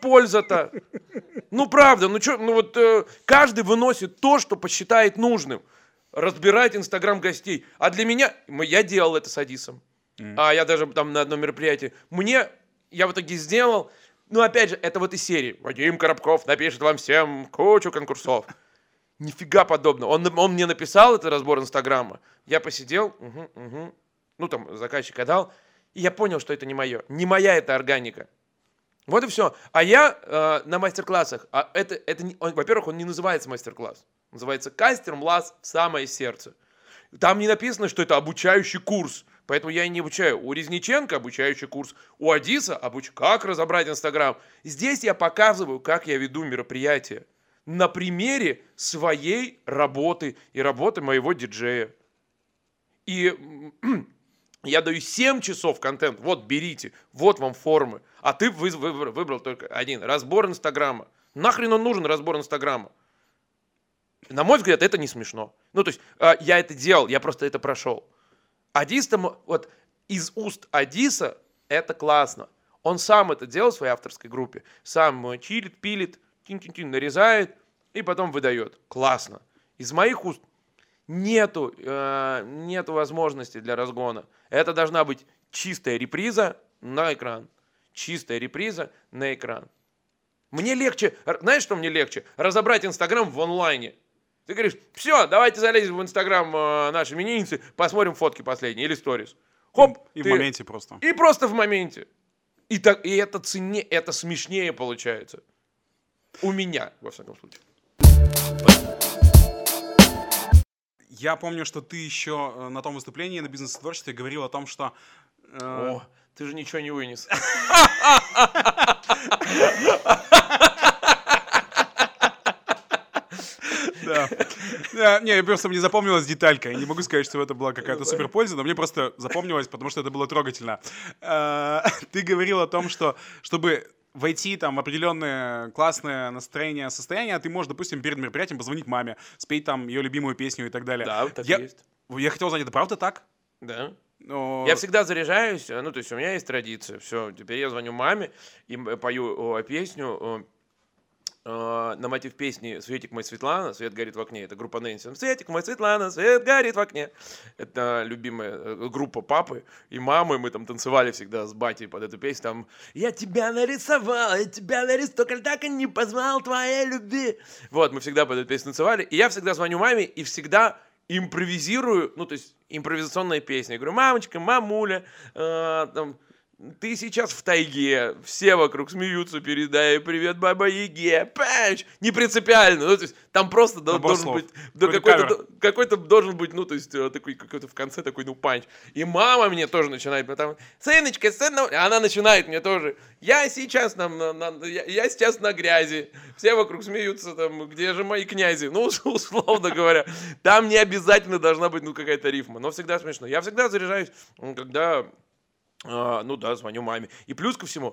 Speaker 1: Ну, правда, каждый выносит то, что посчитает нужным. Разбирать Инстаграм гостей. А для меня, я делал это с Адисом. А я даже там на одном мероприятии. Я в итоге сделал, ну, опять же, это вот из серии. Вадим Коробков напишет вам всем кучу конкурсов. Нифига подобного. Он мне написал этот разбор Инстаграма. Я посидел, ну там заказчик отдал, и я понял, что это не мое. Не моя это органика. Вот и все. А я на мастер-классах, во-первых, он не называется мастер-класс. Называется «Кастер-млас в самое сердце». Там не написано, что это обучающий курс. Поэтому я и не обучаю. У Резниченко обучающий курс. У Адиса как разобрать Инстаграм. Здесь я показываю, как я веду мероприятие. На примере своей работы и работы моего диджея. И я даю 7 часов контент. Вот, берите. Вот вам формы. А ты выбрал только один. Разбор Инстаграма. Нахрен он нужен, разбор Инстаграма? На мой взгляд, это не смешно. Ну, то есть, я это делал, я просто это прошел. Адис там, вот, из уст Адиса это классно. Он сам это делал в своей авторской группе. Сам чилит, пилит, нарезает и потом выдает. Классно. Из моих уст нету возможности для разгона. Это должна быть чистая реприза на экран. Чистая реприза на экран. Мне легче, знаешь, что мне легче? Разобрать Инстаграм в онлайне. Ты говоришь, все, давайте залезем в Инстаграм нашей именинницы, посмотрим фотки последние или сторис. Хоп!
Speaker 3: И в моменте просто.
Speaker 1: И просто в моменте. И это смешнее получается. У меня, во всяком случае.
Speaker 3: Я помню, что ты еще на том выступлении на бизнес-творчестве говорил о том, что...
Speaker 1: О, ты же ничего не вынес.
Speaker 3: Да. Не, просто мне запомнилась деталька. Я не могу сказать, что это была какая-то супер польза, но мне просто запомнилось, потому что это было трогательно. Ты говорил о том, что чтобы войти там в определенное классное настроение, состояние, ты можешь, допустим, перед мероприятием позвонить маме, спеть там ее любимую песню и так далее.
Speaker 1: Да, так и есть.
Speaker 3: Я хотел узнать, это правда так?
Speaker 1: Да.
Speaker 3: Но...
Speaker 1: Я всегда заряжаюсь, ну, то есть у меня есть традиция, все, теперь я звоню маме и пою песню на мотив песни «Светик мой, Светлана», «Свет горит в окне», это группа Нэнси. «Светик мой, Светлана, свет горит в окне». Это любимая группа папы и мамы, мы там танцевали всегда с батей под эту песню, там «Я тебя нарисовал, только так и не позвал твоей любви». Вот, мы всегда под эту песню танцевали, и я всегда звоню маме и всегда импровизирую, ну, то есть импровизационная песня. Я говорю, мамочка, мамуля, там, ты сейчас в тайге, все вокруг смеются, передай привет Баба-Яге, пэч, не принципиально, ну, то есть там просто должен быть, какой-то должен быть, ну, то есть такой какой-то в конце такой, ну, панч. И мама мне тоже начинает, там, сыночка, она начинает мне тоже, я сейчас на грязи, все вокруг смеются, там, где же мои князи, ну, условно говоря, там не обязательно должна быть, ну, какая-то рифма, но всегда смешно. Я всегда заряжаюсь, когда... ну да, звоню маме. И плюс ко всему,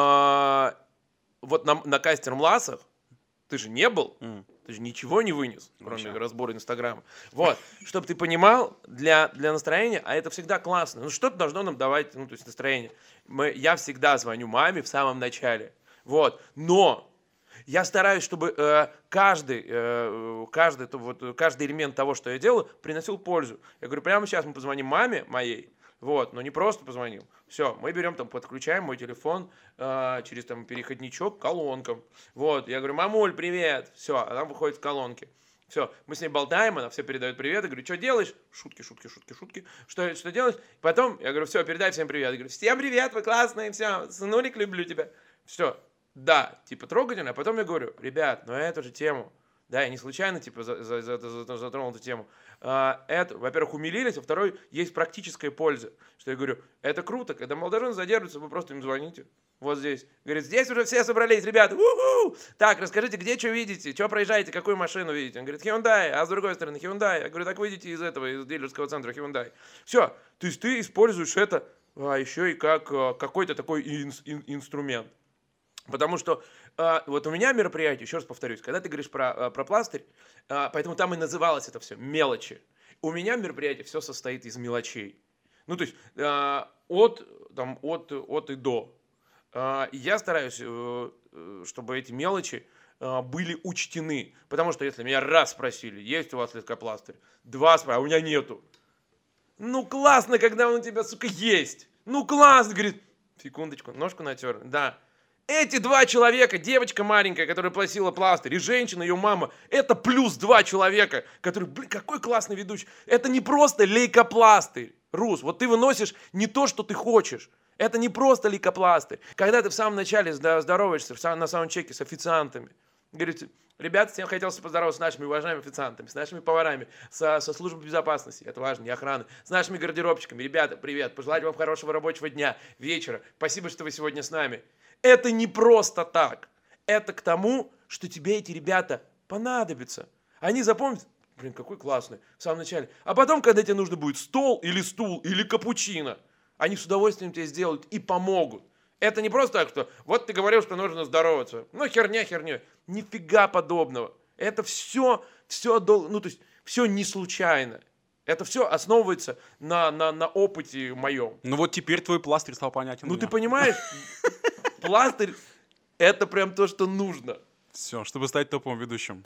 Speaker 1: вот на Кастер-Мласах ты же не был, ты же ничего не вынес, кроме разбора Инстаграма. Вот, чтобы ты понимал, для настроения, а это всегда классно, ну что-то должно нам давать, ну то есть настроение. Я всегда звоню маме в самом начале, вот, но... Я стараюсь, чтобы каждый элемент того, что я делаю, приносил пользу. Я говорю, прямо сейчас мы позвоним маме моей, вот, но не просто позвоним. Все, мы берем там, подключаем мой телефон через там переходничок к колонкам. Вот, я говорю, мамуль, привет. Все, она выходит в колонки. Все, мы с ней болтаем, она все передает привет. Я говорю, что делаешь? Шутки. Что делаешь? Потом я говорю, все, передай всем привет. Я говорю, всем привет, вы классные, все, сынулик, люблю тебя. Все, да, типа трогательно. А потом я говорю, ребят, ну эту же тему. Да, я не случайно, типа, затронул эту тему. Это, во-первых, умилились, а второй, есть практическая польза. Что я говорю, это круто, когда молодожены задержатся, вы просто им звоните. Вот здесь. Говорит, здесь уже все собрались, ребята. У-ху! Так, расскажите, где что видите, что проезжаете, какую машину видите. Он говорит, Hyundai, а с другой стороны Hyundai. Я говорю, так выйдите из дилерского центра Hyundai. Все, то есть ты используешь это еще и как какой-то такой инструмент. Потому что вот у меня мероприятие, еще раз повторюсь, когда ты говоришь про пластырь, поэтому там и называлось это все мелочи. У меня мероприятие все состоит из мелочей. Ну, то есть от и до. Я стараюсь, чтобы эти мелочи были учтены. Потому что если меня раз спросили, есть у вас лейкопластырь, два спросили, а у меня нету. Ну, классно, когда он у тебя, сука, есть. Ну, классно, говорит, секундочку, ножку натер, да. Эти два человека, девочка маленькая, которая просила пластырь, и женщина, ее мама, это плюс два человека, которые, блин, какой классный ведущий. Это не просто лейкопластырь, Рус, вот ты выносишь не то, что ты хочешь. Это не просто лейкопластырь. Когда ты в самом начале здороваешься на саундчеке с официантами, говорите, ребята, всем хотелось поздороваться с нашими уважаемыми официантами, с нашими поварами, со службой безопасности, это важно, и охраны, с нашими гардеробщиками. Ребята, привет, пожелать вам хорошего рабочего дня, вечера. Спасибо, что вы сегодня с нами. Это не просто так. Это к тому, что тебе эти ребята понадобятся. Они запомнят, блин, какой классный, в самом начале. А потом, когда тебе нужно будет стол или стул или капучино, они с удовольствием тебе сделают и помогут. Это не просто так, что вот ты говорил, что нужно здороваться. Ну, херня. Нифига подобного. Это все все, ну, то есть, все не случайно. Это все основывается на опыте моем.
Speaker 3: Ну вот теперь твой пластырь стал понятен.
Speaker 1: Ну, ты понимаешь, пластырь — это прям то, что нужно.
Speaker 3: Все, чтобы стать топовым ведущим.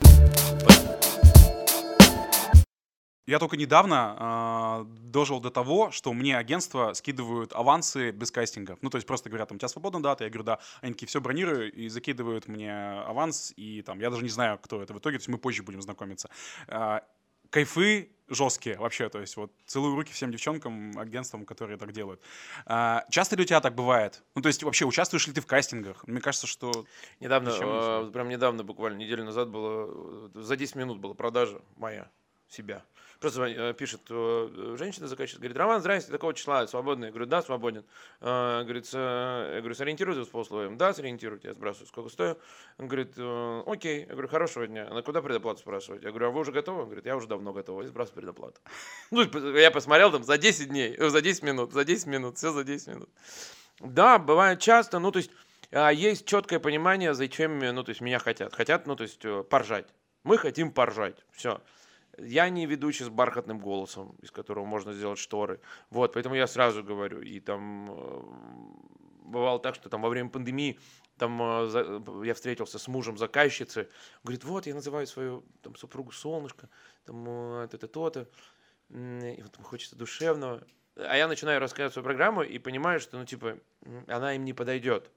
Speaker 3: Я только недавно дожил до того, что мне агентства скидывают авансы без кастинга. Ну, то есть просто говорят, там, у тебя свободна дата? Я говорю, да. Они такие, все, бронирую, и закидывают мне аванс, и там, я даже не знаю, кто это в итоге, то есть мы позже будем знакомиться. Кайфы жесткие вообще, то есть вот целую руки всем девчонкам, агентствам, которые так делают. Часто ли у тебя так бывает? Ну, то есть вообще участвуешь ли ты в кастингах? Мне кажется, что...
Speaker 1: Недавно, прям недавно, буквально неделю назад было, за 10 минут была продажа моя, себя. Просто пишет женщина-заказчик, говорит, Роман, здрасте, такого числа, свободный? Я говорю, да, свободен. Говорит, я говорю, сориентируйтесь по условиям? Да, сориентируйте, я спрашиваю, сколько стою? Он говорит, окей. Я говорю, хорошего дня. Она куда предоплату спрашивать? Я говорю, а вы уже готовы? Он говорит, я уже давно готов, и сбрасываю предоплату. Ну, я посмотрел там за 10 дней, за 10 минут, все за 10 минут. Да, бывает часто, ну, то есть, есть четкое понимание, зачем, ну, то есть, меня хотят. Хотят, ну, то есть, поржать. Мы хотим поржать, все. Я не ведущий с бархатным голосом, из которого можно сделать шторы. Вот, поэтому я сразу говорю. И там бывало так, что там во время пандемии там я встретился с мужем заказчицы. Он говорит, вот, я называю свою там, супругу Солнышко, там то-то, то-то. И вот хочется душевного. А я начинаю рассказывать свою программу и понимаю, что, ну, типа, она им не подойдет.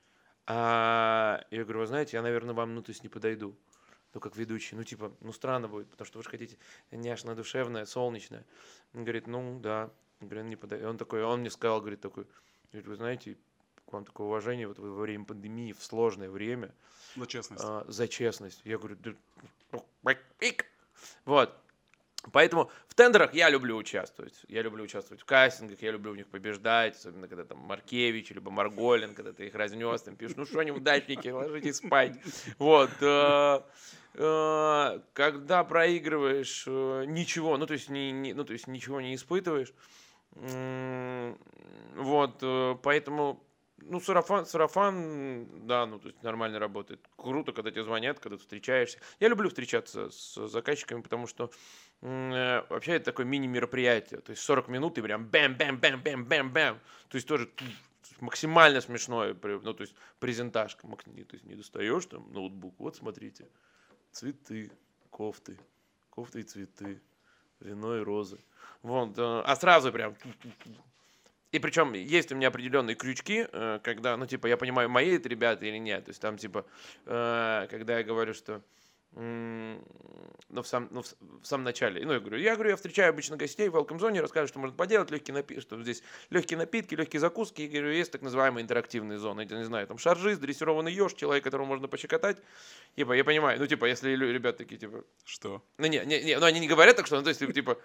Speaker 1: Я говорю, вы знаете, я, наверное, вам, ну, то есть не подойду. Ну, как ведущий, ну, типа, ну, странно будет, потому что вы же хотите няшно, душевное, солнечное. Он говорит, ну, да. Я говорю, не подойдет. Он такой, он мне сказал, говорит, такой, вы знаете, к вам такое уважение, вот вы во время пандемии, в сложное время.
Speaker 3: За честность.
Speaker 1: За честность. Я говорю, вот. Поэтому в тендерах я люблю участвовать. Я люблю участвовать в кастингах, я люблю в них побеждать, особенно когда там Маркевич, либо Марголин, когда ты их разнес, там пишешь, ну что, неудачники, ложитесь спать. Вот. Когда проигрываешь, ничего, ну то есть, ну, то есть ничего не испытываешь. Вот, поэтому... Ну, сарафан, да, ну, то есть нормально работает. Круто, когда тебе звонят, когда ты встречаешься. Я люблю встречаться с заказчиками, потому что вообще это такое мини-мероприятие. То есть 40 минут и прям бэм-бэм-бэм-бэм-бэм-бэм. То есть тоже максимально смешное, ну, то есть презентажка. То есть не достаешь там ноутбук, вот смотрите, цветы, кофты и цветы, вино и розы. Вот, а сразу прям... И причем есть у меня определенные крючки, когда, ну, типа, я понимаю, мои это ребята или нет. То есть там, типа, когда я говорю, что, ну, в самом начале, ну, я говорю, я встречаю обычно гостей в welcome зоне, рассказываю, что можно поделать, что здесь легкие напитки, легкие закуски, и говорю, есть так называемые интерактивные зоны, я не знаю, там, шаржиз, дрессированный еж, человек, которого можно пощекотать. Типа, я понимаю, ну, типа, если ребята такие, типа...
Speaker 3: Что?
Speaker 1: Ну, ну, они не говорят так, что, ну, то есть, типа...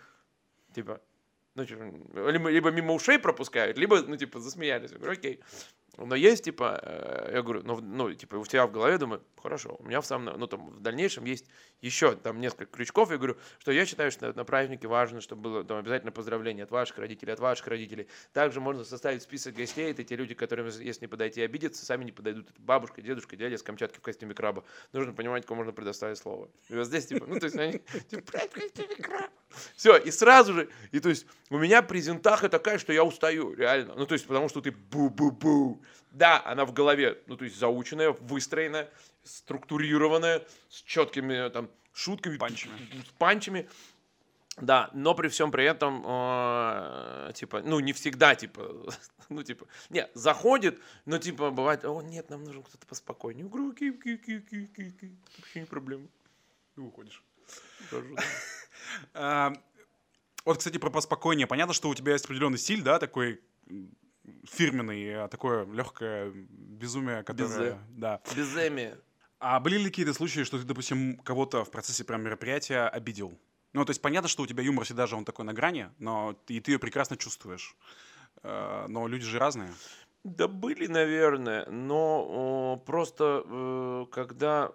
Speaker 1: Ну, типа, либо мимо ушей пропускают, либо, ну, типа, засмеялись. Я говорю, окей. Но есть, типа, я говорю, ну, типа, у тебя в голове, думаю, хорошо, у меня ну, там, в дальнейшем есть еще там несколько крючков. Я говорю, что я считаю, что на празднике важно, чтобы было там обязательно поздравление от ваших родителей. Также можно составить список гостей, это те люди, которым, если не подойти и обидеться, сами не подойдут. Это бабушка, дедушка, дядя с Камчатки в костюме краба. Нужно понимать, кому можно предоставить слово. И вот здесь, типа, ну, то есть, они, типа, в костюме краба. Все, и сразу же, и то есть, у меня презентаха такая, что я устаю, реально. Ну, то есть, потому что ты бу-бу-бу. Да, она в голове, ну, то есть, заученная, выстроенная, структурированная, с четкими, там, шутками, с панчами. Да, но при всем при этом, типа, ну, не всегда, типа, ну, типа, не, заходит, но, типа, бывает, о, нет, нам нужен кто-то поспокойнее. Вообще не проблема.
Speaker 3: Ты уходишь.
Speaker 1: Ухожу,
Speaker 3: да. Вот, кстати, про поспокойнее. Понятно, что у тебя есть определенный стиль, да, такой фирменный, такое легкое безумие, которое... Да.
Speaker 1: Безумие.
Speaker 3: А были ли какие-то случаи, что ты, допустим, кого-то в процессе прям мероприятия обидел? Ну, то есть понятно, что у тебя юмор всегда же он такой на грани, но и ты ее прекрасно чувствуешь. Но люди же разные.
Speaker 1: Да были, наверное, но просто когда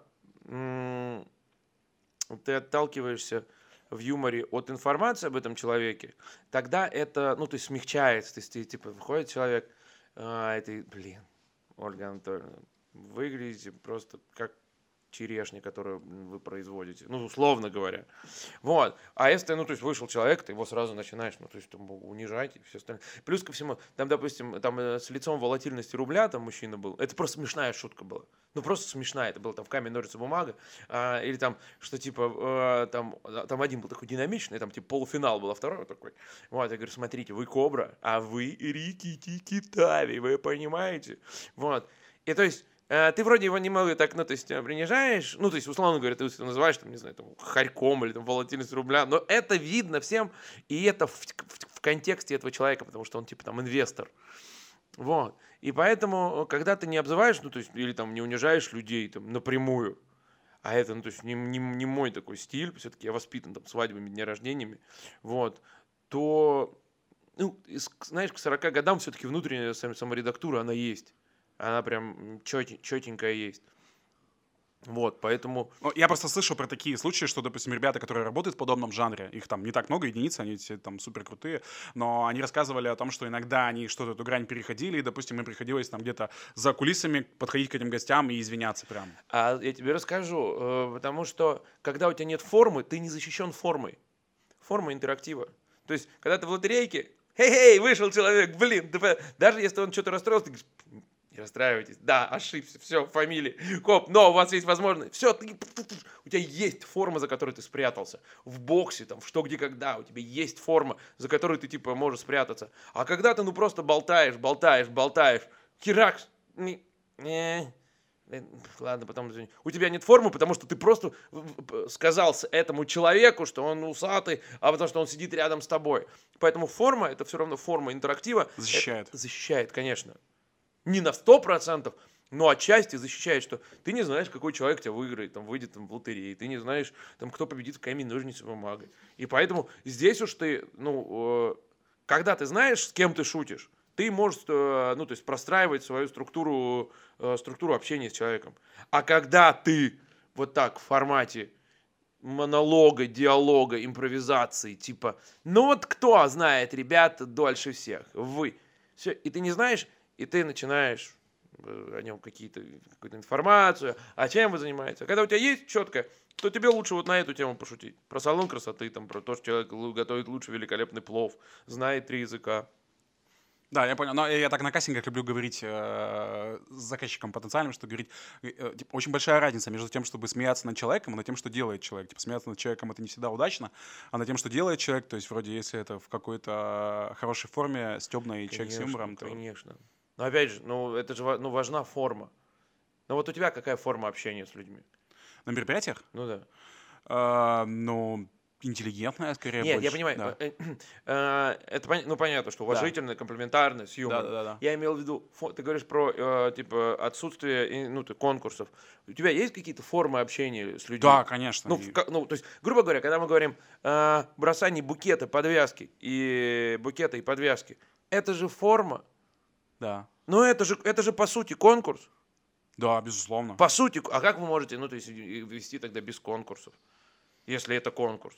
Speaker 1: ты отталкиваешься в юморе от информации об этом человеке, тогда это, ну, то есть смягчается. То есть, типа, выходит человек, и ты, блин, Ольга Анатольевна, выглядите просто как черешни, которую вы производите, ну, условно говоря. Вот. А если ты, ну, то есть вышел человек, ты его сразу начинаешь, ну, то есть там, унижать и все остальное. Плюс ко всему, там, допустим, там с лицом волатильности рубля там мужчина был, это просто смешная шутка была. Ну, просто смешная. Это было там в камень, ножницы, бумага. Или там, что типа, там один был такой динамичный, там типа полуфинал был, а второй вот такой. Вот, я говорю, смотрите, вы Кобра, а вы Рики-Тики Тави, вы понимаете? Вот. И то есть, ты вроде его немного так, ну, то есть, принижаешь, ну, то есть, условно говоря, ты его называешь, там, не знаю, там, хорьком или там волатильность рубля, но это видно всем, и это в контексте этого человека, потому что он, типа, там, инвестор. Вот. И поэтому, когда ты не обзываешь, ну, то есть, или там не унижаешь людей там напрямую, а это, ну, то есть, не мой такой стиль, все-таки я воспитан там свадьбами, дня рождениями, вот, то, ну, знаешь, к 40 годам все-таки внутренняя саморедактура, она есть. Она прям четенькая есть. Вот, поэтому...
Speaker 3: Ну, я просто слышал про такие случаи, что, допустим, ребята, которые работают в подобном жанре, их там не так много, единиц, они все там супер крутые, но они рассказывали о том, что иногда они что-то эту грань переходили, и, допустим, им приходилось там где-то за кулисами подходить к этим гостям и извиняться прям.
Speaker 1: А я тебе расскажу, потому что, когда у тебя нет формы, ты не защищен формой. Форма интерактива. То есть, когда ты в лотерейке, хей-хей, вышел человек, блин, даже если он что-то расстроился, ты говоришь, не расстраивайтесь, да, ошибся, все, фамилия, коп, но у вас есть возможность, все, у тебя есть форма, за которой ты спрятался, в боксе, там, в что, где, когда, у тебя есть форма, за которой ты, типа, можешь спрятаться, а когда ты, ну, просто болтаешь, херакс, ладно, потом извини. У тебя нет формы, потому что ты просто сказал этому человеку, что он усатый, а потому что он сидит рядом с тобой. Поэтому форма, это все равно форма интерактива.
Speaker 3: Защищает.
Speaker 1: Защищает, конечно. Не на 100%, но отчасти защищает, что ты не знаешь, какой человек тебя выиграет, там, выйдет там, в лотерее, ты не знаешь, там, кто победит в камень, ножницы, бумага. И поэтому здесь уж ты, когда ты знаешь, с кем ты шутишь, ты можешь, ну, то есть простраивать свою структуру общения с человеком. А когда ты вот так в формате монолога, диалога, импровизации, типа, ну вот кто знает, ребята, дольше всех? Вы. Все, и ты не знаешь, и ты начинаешь о нем какую-то информацию, а чем вы занимаетесь. А когда у тебя есть четко, то тебе лучше вот на эту тему пошутить. Про салон красоты, там, про то, что человек готовит лучше великолепный плов, знает 3 языка.
Speaker 3: Да, я понял. Но я так на кастингах люблю говорить с заказчиком потенциальным, что говорить, типа, очень большая разница между тем, чтобы смеяться над человеком, и над тем, что делает человек. Типа, смеяться над человеком — это не всегда удачно, а над тем, что делает человек, то есть вроде если это в какой-то хорошей форме, стебной, человек с юмором, то...
Speaker 1: Конечно. Но опять же, это же важна форма. Ну вот у тебя какая форма общения с людьми?
Speaker 3: На мероприятиях?
Speaker 1: Ну да.
Speaker 3: Интеллигентная, скорее,
Speaker 1: Нет,
Speaker 3: больше.
Speaker 1: я понимаю. Да. Это понятно, что уважительно, комплиментарно, с юмором.
Speaker 3: Да.
Speaker 1: Я имел в виду, ты говоришь про типа отсутствие конкурсов. У тебя есть какие-то формы общения с людьми?
Speaker 3: Да, конечно.
Speaker 1: То есть, грубо говоря, когда мы говорим бросание букета, подвязки и подвязки, это же форма.
Speaker 3: Да.
Speaker 1: Но это же по сути конкурс.
Speaker 3: Да, безусловно.
Speaker 1: По сути, а как вы можете, то есть, вести тогда без конкурсов, если это конкурс?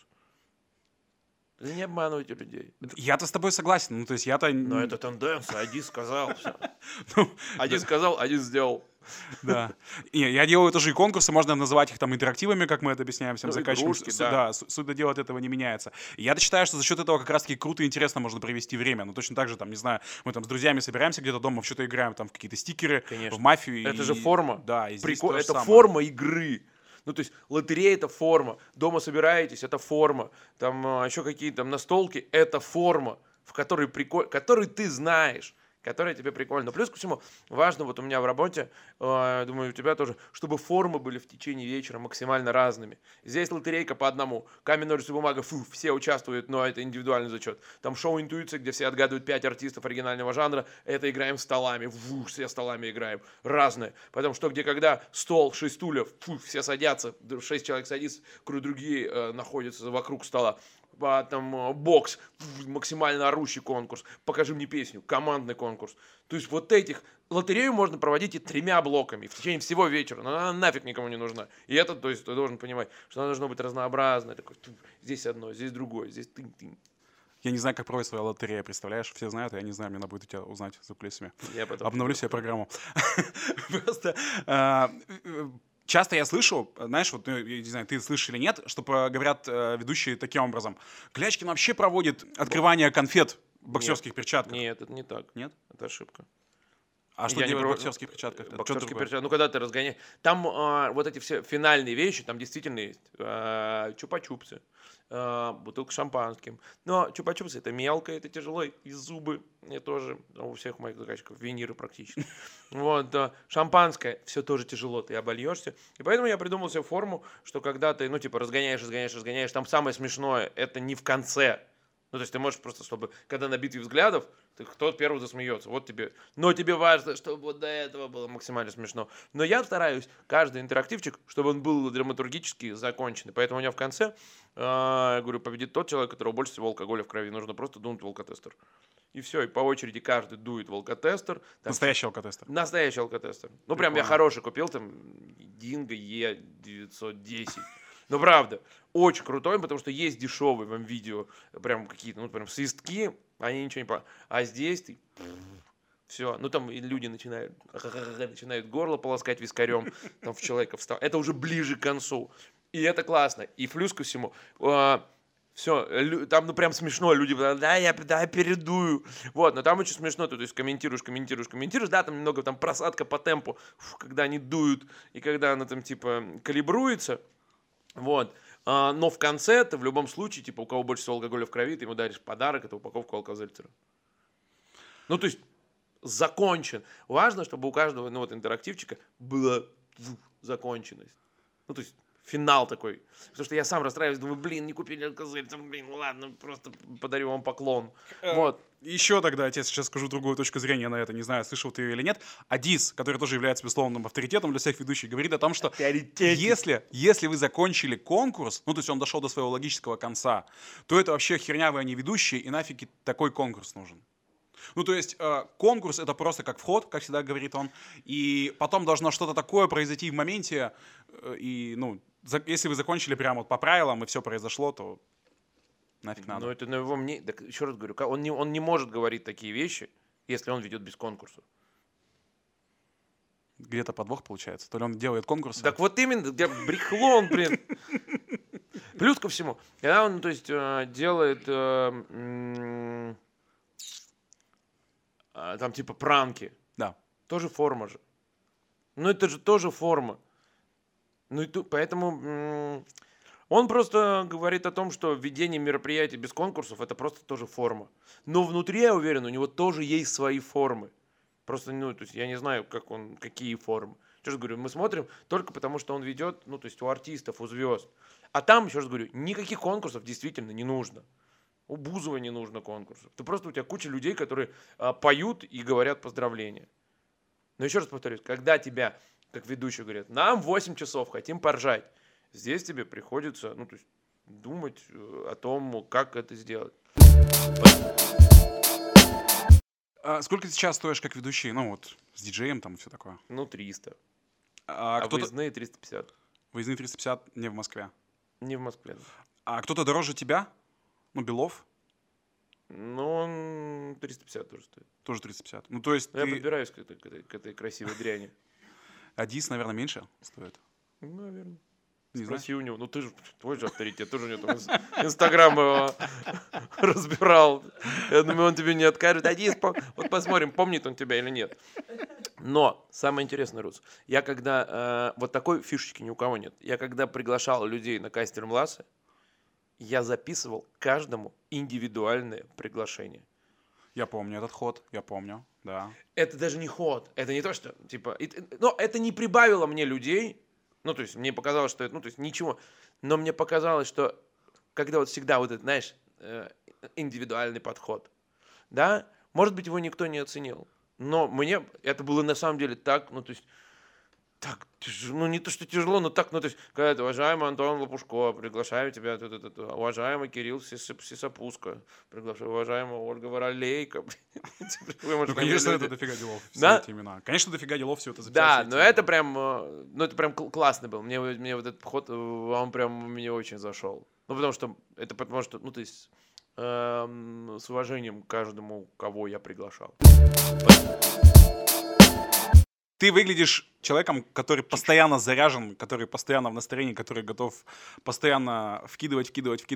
Speaker 1: Да не обманывайте людей.
Speaker 3: Я-то с тобой согласен. Ну, то есть я-то...
Speaker 1: Но это тенденция. Один сказал, все. Один сказал, один сделал.
Speaker 3: Да. Я делаю тоже и конкурсы, можно называть их там интерактивами, как мы это объясняем всем заказчикам. Да, суть дела от этого не меняется. Я считаю, что за счет этого как раз-таки круто и интересно можно провести время. Ну, точно так же, там, не знаю, мы там с друзьями собираемся где-то дома, в что-то играем, там, в какие-то стикеры,
Speaker 1: конечно.
Speaker 3: В мафию.
Speaker 1: Это же форма.
Speaker 3: Да, и здесь то же
Speaker 1: это
Speaker 3: самое.
Speaker 1: форма игры. Ну, то есть, лотерея — это форма, дома собираетесь — это форма, там еще какие-то там настолки — это форма, в которой которую ты знаешь, которая тебе прикольна. Но плюс ко всему, важно вот у меня в работе, думаю, у тебя тоже, чтобы формы были в течение вечера максимально разными. Здесь лотерейка по одному, камень, ножницы, бумага, все участвуют, но это индивидуальный зачет. Там шоу «Интуиция», где все отгадывают 5 артистов оригинального жанра, это играем столами, все столами играем, разные. Потом что, где, когда, стол, 6 стульев, все садятся, 6 человек садится, другие находятся вокруг стола. Там бокс, максимально орущий конкурс, покажи мне песню, командный конкурс. То есть вот лотерею можно проводить и 3 блоками в течение всего вечера, но она нафиг никому не нужна. И это, то есть ты должен понимать, что она должна быть разнообразной, такой, здесь одно, здесь другое, здесь тынь-тынь.
Speaker 3: Я не знаю, как проводит свою лотерею, представляешь? Все знают, я не знаю, мне надо будет у тебя узнать за кулисами.
Speaker 1: Я потом
Speaker 3: обновлю себе программу. Просто... часто я слышу, знаешь, вот, я не знаю, ты слышишь или нет, что говорят ведущие таким образом. Клячкин вообще проводит открывание конфет в боксерских перчатках.
Speaker 1: Нет, это не так.
Speaker 3: Нет?
Speaker 1: Это ошибка.
Speaker 3: А что
Speaker 1: Я не
Speaker 3: делать в
Speaker 1: про-
Speaker 3: боксерских перчатках? Это
Speaker 1: Боксерские
Speaker 3: что такое?
Speaker 1: перчатки. Ну, когда ты разгоняешь. Там вот эти все финальные вещи, там действительно есть чупа-чупсы, бутылка шампанским. Но чупа-чупсы это мелко, это тяжело, и зубы, и тоже у всех моих заказчиков виниры практически. Вот, шампанское, все тоже тяжело, ты обольешься. И поэтому я придумал себе форму, что когда ты, ну, типа, разгоняешь, там самое смешное, это не в конце. Ну, то есть ты можешь просто, чтобы, когда на битве взглядов, кто первый засмеется, вот тебе. Но тебе важно, чтобы вот до этого было максимально смешно. Но я стараюсь каждый интерактивчик, чтобы он был драматургически законченный. Поэтому у меня в конце, я говорю, победит тот человек, у которого больше всего алкоголя в крови. Нужно просто дунуть в алкотестер. И все, и по очереди каждый дует в алкотестер.
Speaker 3: Настоящий алкотестер.
Speaker 1: Настоящий алкотестер. Ну, прям я
Speaker 3: Прикольно.
Speaker 1: хороший купил, там, Динго Е910. Ну, правда, очень крутой, потому что есть дешевые вам видео, прям какие-то, ну, прям свистки, они ничего не понимают. А здесь ты... Все, ну там и люди начинают горло полоскать вискарем, там в человека встал. Это уже ближе к концу. И это классно. И плюс ко всему, все, там ну прям смешно, люди, да, я передую. Вот, но там очень смешно, ты, то есть комментируешь, да, там немного там просадка по темпу, когда они дуют, и когда она там типа калибруется. Вот. Но в конце ты в любом случае, типа, у кого больше всего алкоголя в крови, ты ему даришь подарок, это упаковку алкозельцера. Ну, то есть, закончен. Важно, чтобы у каждого, ну, вот, интерактивчика была законченность. Ну, то есть, финал такой. Потому что я сам расстраиваюсь, думаю, блин, не купили алкозельцер, блин, ну ладно, просто подарю вам поклон. Вот.
Speaker 3: Еще тогда я тебе сейчас скажу другую точку зрения на это, не знаю, слышал ты ее или нет. Адис, который тоже является безусловным авторитетом для всех ведущих, говорит о том, что если вы закончили конкурс, ну то есть он дошел до своего логического конца, то это вообще херня, вы не ведущие, и нафиг такой конкурс нужен. Ну, то есть конкурс — это просто как вход, как всегда говорит он, и потом должно что-то такое произойти в моменте, и, ну, если вы закончили прямо вот по правилам, и все произошло, то нафиг надо.
Speaker 1: Ну, это на его мнение. Так, еще раз говорю, он не может говорить такие вещи, если он ведет без конкурса.
Speaker 3: Где-то подвох получается. То ли он делает конкурсы.
Speaker 1: Так вот именно, где брехло он, блин. Плюс ко всему, когда он, то есть, делает там типа пранки,
Speaker 3: Да.
Speaker 1: тоже форма же. Ну это же тоже форма. Ну и поэтому он просто говорит о том, что введение мероприятий без конкурсов это просто тоже форма. Но внутри, я уверен, у него тоже есть свои формы. Просто, ну, то есть я не знаю, какие формы. Еще раз говорю, мы смотрим только потому, что он ведет, ну, то есть у артистов, у звезд. А там, еще раз говорю, никаких конкурсов действительно не нужно. У Бузова не нужно конкурсов. Ты просто, у тебя куча людей, которые поют и говорят поздравления. Но еще раз повторюсь, когда тебя, как ведущий, говорят, нам 8 часов, хотим поржать, здесь тебе приходится, ну, то есть думать о том, как это сделать.
Speaker 3: Сколько ты сейчас стоишь как ведущий? Ну вот, с диджеем там все такое.
Speaker 1: Ну, 300.
Speaker 3: А кто-то...
Speaker 1: выездные 350.
Speaker 3: Выездные 350 не в Москве.
Speaker 1: Не в Москве.
Speaker 3: А кто-то дороже тебя? Ну, Белов?
Speaker 1: Ну, он 350 тоже стоит.
Speaker 3: Тоже 350. Ну, то есть
Speaker 1: Я
Speaker 3: ты...
Speaker 1: подбираюсь к этой красивой дряни.
Speaker 3: Адис, наверное, меньше стоит.
Speaker 1: Ну, наверное.
Speaker 3: Не знаю.
Speaker 1: Спроси у него. Ну, ты же, твой же авторитет, тоже у него там Инстаграм его разбирал. Я думаю, он тебе не откажет. Адис, вот посмотрим, помнит он тебя или нет. Но, самое интересное, Рус, я когда, вот такой фишечки ни у кого нет, я когда приглашал людей на Кастер-Мласы, я записывал каждому индивидуальное приглашение.
Speaker 3: Я помню этот ход, я помню, да.
Speaker 1: Это даже не ход, это не то, что, типа, но это не прибавило мне людей, ну, то есть, мне показалось, что это, ну, то есть, ничего, но мне показалось, что, когда вот всегда вот этот, знаешь, индивидуальный подход, да, может быть, его никто не оценил, но мне это было на самом деле так, ну, то есть, так, ну, не то, что тяжело, но так, ну, то есть, когда ты, уважаемый Антон Лопушко, приглашаю тебя, уважаемый Кирилл Сисопуска, приглашаю, уважаемая Ольга Воролейка.
Speaker 3: Ну, конечно, это дофига делов, все
Speaker 1: Да?
Speaker 3: эти имена. Конечно, дофига делов все это записать.
Speaker 1: Да, но это прям классный был. Мне вот этот ход, он прям мне очень зашел. Ну, потому что, ну, то есть, с уважением к каждому, кого я приглашал.
Speaker 3: ты выглядишь человеком, который постоянно заряжен, который постоянно в настроении, который готов постоянно вкидывать.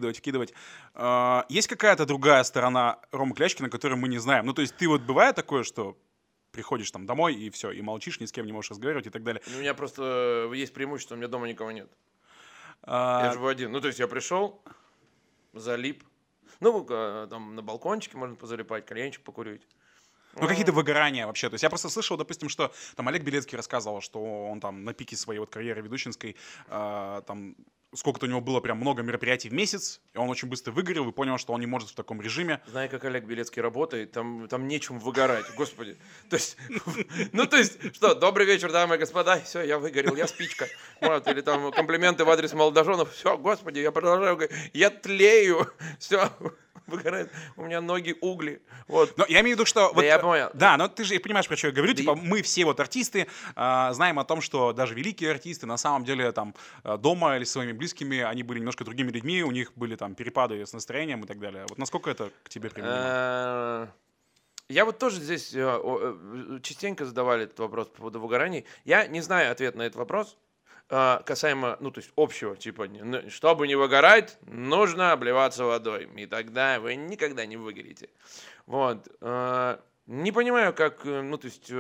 Speaker 3: Есть какая-то другая сторона Ромы Клячкина, которую мы не знаем? Ну, то есть ты вот бывает такое, что приходишь там домой и все, и молчишь, ни с кем не можешь разговаривать и так далее?
Speaker 1: У меня просто есть преимущество, у меня дома никого нет. Я живу один. Ну, то есть я пришел, залип. Ну, там на балкончике можно позалипать, кальянчик покурить.
Speaker 3: Ну, какие-то выгорания вообще. То есть я просто слышал, допустим, что там Олег Белецкий рассказывал, что он там на пике своей вот карьеры ведущинской, там сколько-то у него было прям много мероприятий в месяц, и он очень быстро выгорел и понял, что он не может в таком режиме.
Speaker 1: Знаю, как Олег Белецкий работает, там нечем выгорать, господи. То есть, ну, то есть, что, добрый вечер, дамы и господа, все, я выгорел, я спичка. Вот, или там комплименты в адрес молодоженов, все, господи, я продолжаю, я тлею, все, выгорает, у меня ноги угли, вот.
Speaker 3: Но я имею в виду, что...
Speaker 1: Да, я понял.
Speaker 3: Да, но ты же понимаешь, про что я говорю,
Speaker 1: Да
Speaker 3: типа мы все вот артисты, знаем о том, что даже великие артисты на самом деле там дома или с своими близкими, они были немножко другими людьми, у них были там перепады с настроением и так далее. Вот насколько это к тебе применимо?
Speaker 1: Я вот тоже здесь частенько задавали этот вопрос по поводу выгораний. Я не знаю ответ на этот вопрос. Касаемо, ну, то есть общего, типа, чтобы не выгорать, нужно обливаться водой, и тогда вы никогда не выгорите. Вот. Не понимаю, как, ну, то есть,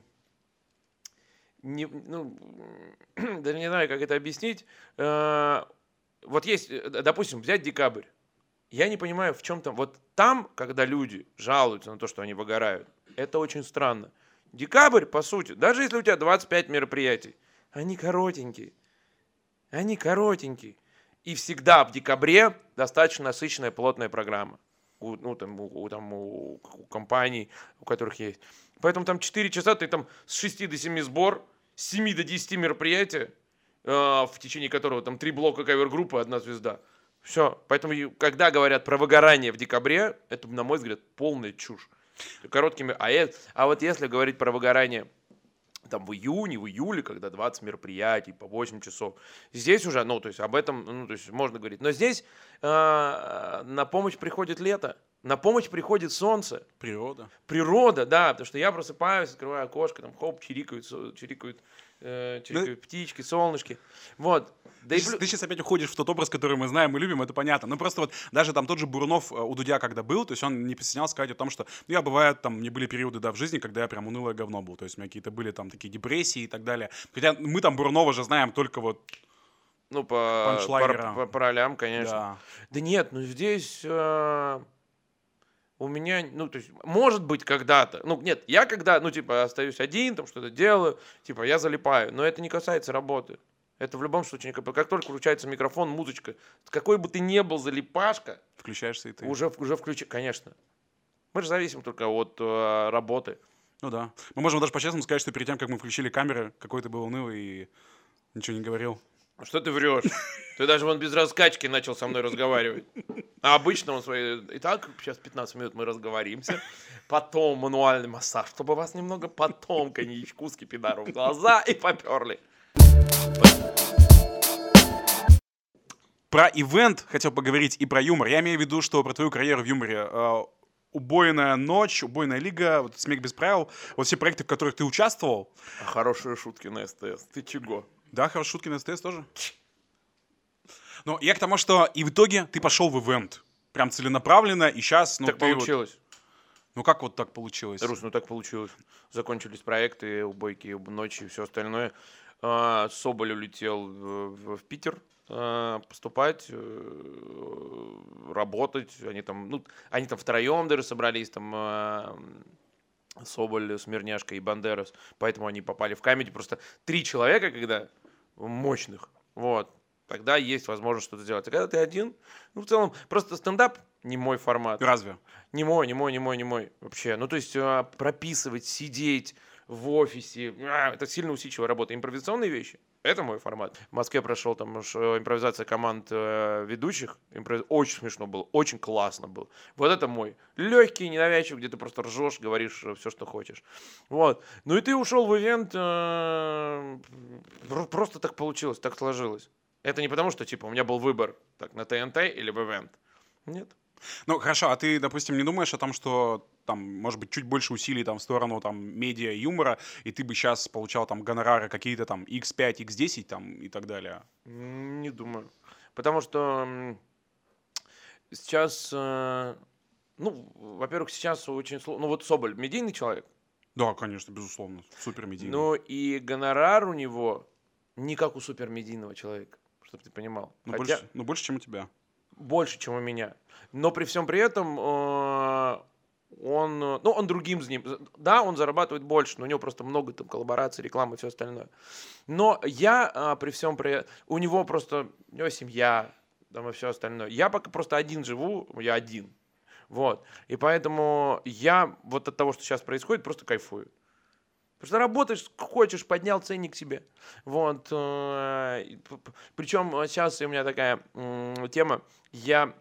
Speaker 1: даже не знаю, как это объяснить. Вот есть, допустим, взять декабрь. Я не понимаю, в чем там, вот там, когда люди жалуются на то, что они выгорают, это очень странно. Декабрь, по сути, даже если у тебя 25 мероприятий, они коротенькие. И всегда в декабре достаточно насыщенная, плотная программа. У компаний, у которых есть. Поэтому там 4 часа, ты там с 6 до 7 сбор, с 7 до 10 мероприятия, в течение которого там 3 блока кавер-группы, 1 звезда. Все. Поэтому, когда говорят про выгорание в декабре, это, на мой взгляд, полная чушь. Короткими. А вот если говорить про выгорание там в июне, в июле, когда 20 мероприятий по 8 часов. Здесь уже, ну, то есть об этом, ну, то есть можно говорить. Но здесь на помощь приходит лето, на помощь приходит солнце. Природа, да, потому что я просыпаюсь, открываю окошко, там, хоп, чирикают птички, солнышки. Вот.
Speaker 3: Ты сейчас опять уходишь в тот образ, который мы знаем и любим, это понятно. Ну просто вот даже там тот же Бурунов у Дудя когда был, то есть он не постеснялся сказать о том, что я бывает, там, мне были периоды, да, в жизни, когда я прям унылое говно был. То есть у меня какие-то были там такие депрессии и так далее. Хотя мы там Бурунова же знаем только вот
Speaker 1: по ролям, конечно. Да нет, ну здесь у меня, ну, то есть, может быть, когда-то, ну, нет, я когда, ну, типа, остаюсь один, там, что-то делаю, типа, я залипаю, но это не касается работы. Это в любом случае, как только включается микрофон, музычка, какой бы ты ни был залипашка,
Speaker 3: включаешься и ты.
Speaker 1: Уже включаешь, конечно. Мы же зависим только от работы.
Speaker 3: Ну да. Мы можем даже по-честному сказать, что перед тем, как мы включили камеры, какой ты был унылый и ничего не говорил.
Speaker 1: Что ты врешь? Ты даже вон без раскачки начал со мной разговаривать. А обычно он свои... Итак, сейчас 15 минут мы разговоримся. Потом мануальный массаж, чтобы вас немного потом коньячку с кипидару в глаза и поперли.
Speaker 3: Про ивент хотел поговорить и про юмор. Я имею в виду, что про твою карьеру в юморе. «Убойная ночь», «Убойная лига», вот «Смех без правил», вот все проекты, в которых ты участвовал.
Speaker 1: Хорошие шутки на СТС. Ты чего?
Speaker 3: Да, хорошие шутки на СТС тоже. Но я к тому, что и в итоге ты пошел в ивент. Прям целенаправленно, и сейчас...
Speaker 1: Так получилось.
Speaker 3: Ну как вот так получилось?
Speaker 1: Рус, ну так получилось. Закончились проекты, убойки, ночи и все остальное. Соболь улетел в Питер поступать, работать. Они там втроем даже собрались, там Соболь, Смирняшка и Бандерас. Поэтому они попали в камеди. Просто 3 человека, когда мощных, вот, тогда есть возможность что-то сделать. А когда ты один, ну, в целом, просто стендап не мой формат.
Speaker 3: Разве?
Speaker 1: Не мой вообще. Ну, то есть прописывать, сидеть в офисе, это сильно усидчивая работа. Импровизационные вещи — это мой формат. В Москве прошел там импровизация команд ведущих. Очень смешно было, очень классно было. Вот это мой. Легкий, ненавязчивый, где ты просто ржешь, говоришь все, что хочешь. Вот. Ну и ты ушел в ивент, просто так получилось, так сложилось. Это не потому, что, типа, у меня был выбор так, на ТНТ или в ивент. Нет.
Speaker 3: Ну, хорошо, а ты, допустим, не думаешь о том, что там, может быть, чуть больше усилий там в сторону там медиа, юмора, и ты бы сейчас получал там гонорары какие-то там X5, X10 там и так далее?
Speaker 1: Не думаю. Потому что сейчас, ну, во-первых, сейчас очень сложно. Ну, вот Соболь медийный человек,
Speaker 3: Да, конечно, безусловно, супер медийный.
Speaker 1: но и гонорар у него не как у супермедийного человека, чтобы ты понимал.
Speaker 3: Ну,
Speaker 1: Хотя
Speaker 3: больше, чем у тебя.
Speaker 1: больше, чем у меня. Но при всем при этом он другим с ним. Да, он зарабатывает больше, но у него просто много там коллабораций, рекламы и все остальное. Но я при всем при... У него просто... У него семья, там и все остальное. Я пока просто один живу, я один. Вот. И поэтому я вот от того, что сейчас происходит, просто кайфую. Потому что работаешь, хочешь, поднял ценник себе. Вот. Причем сейчас у меня такая тема. Я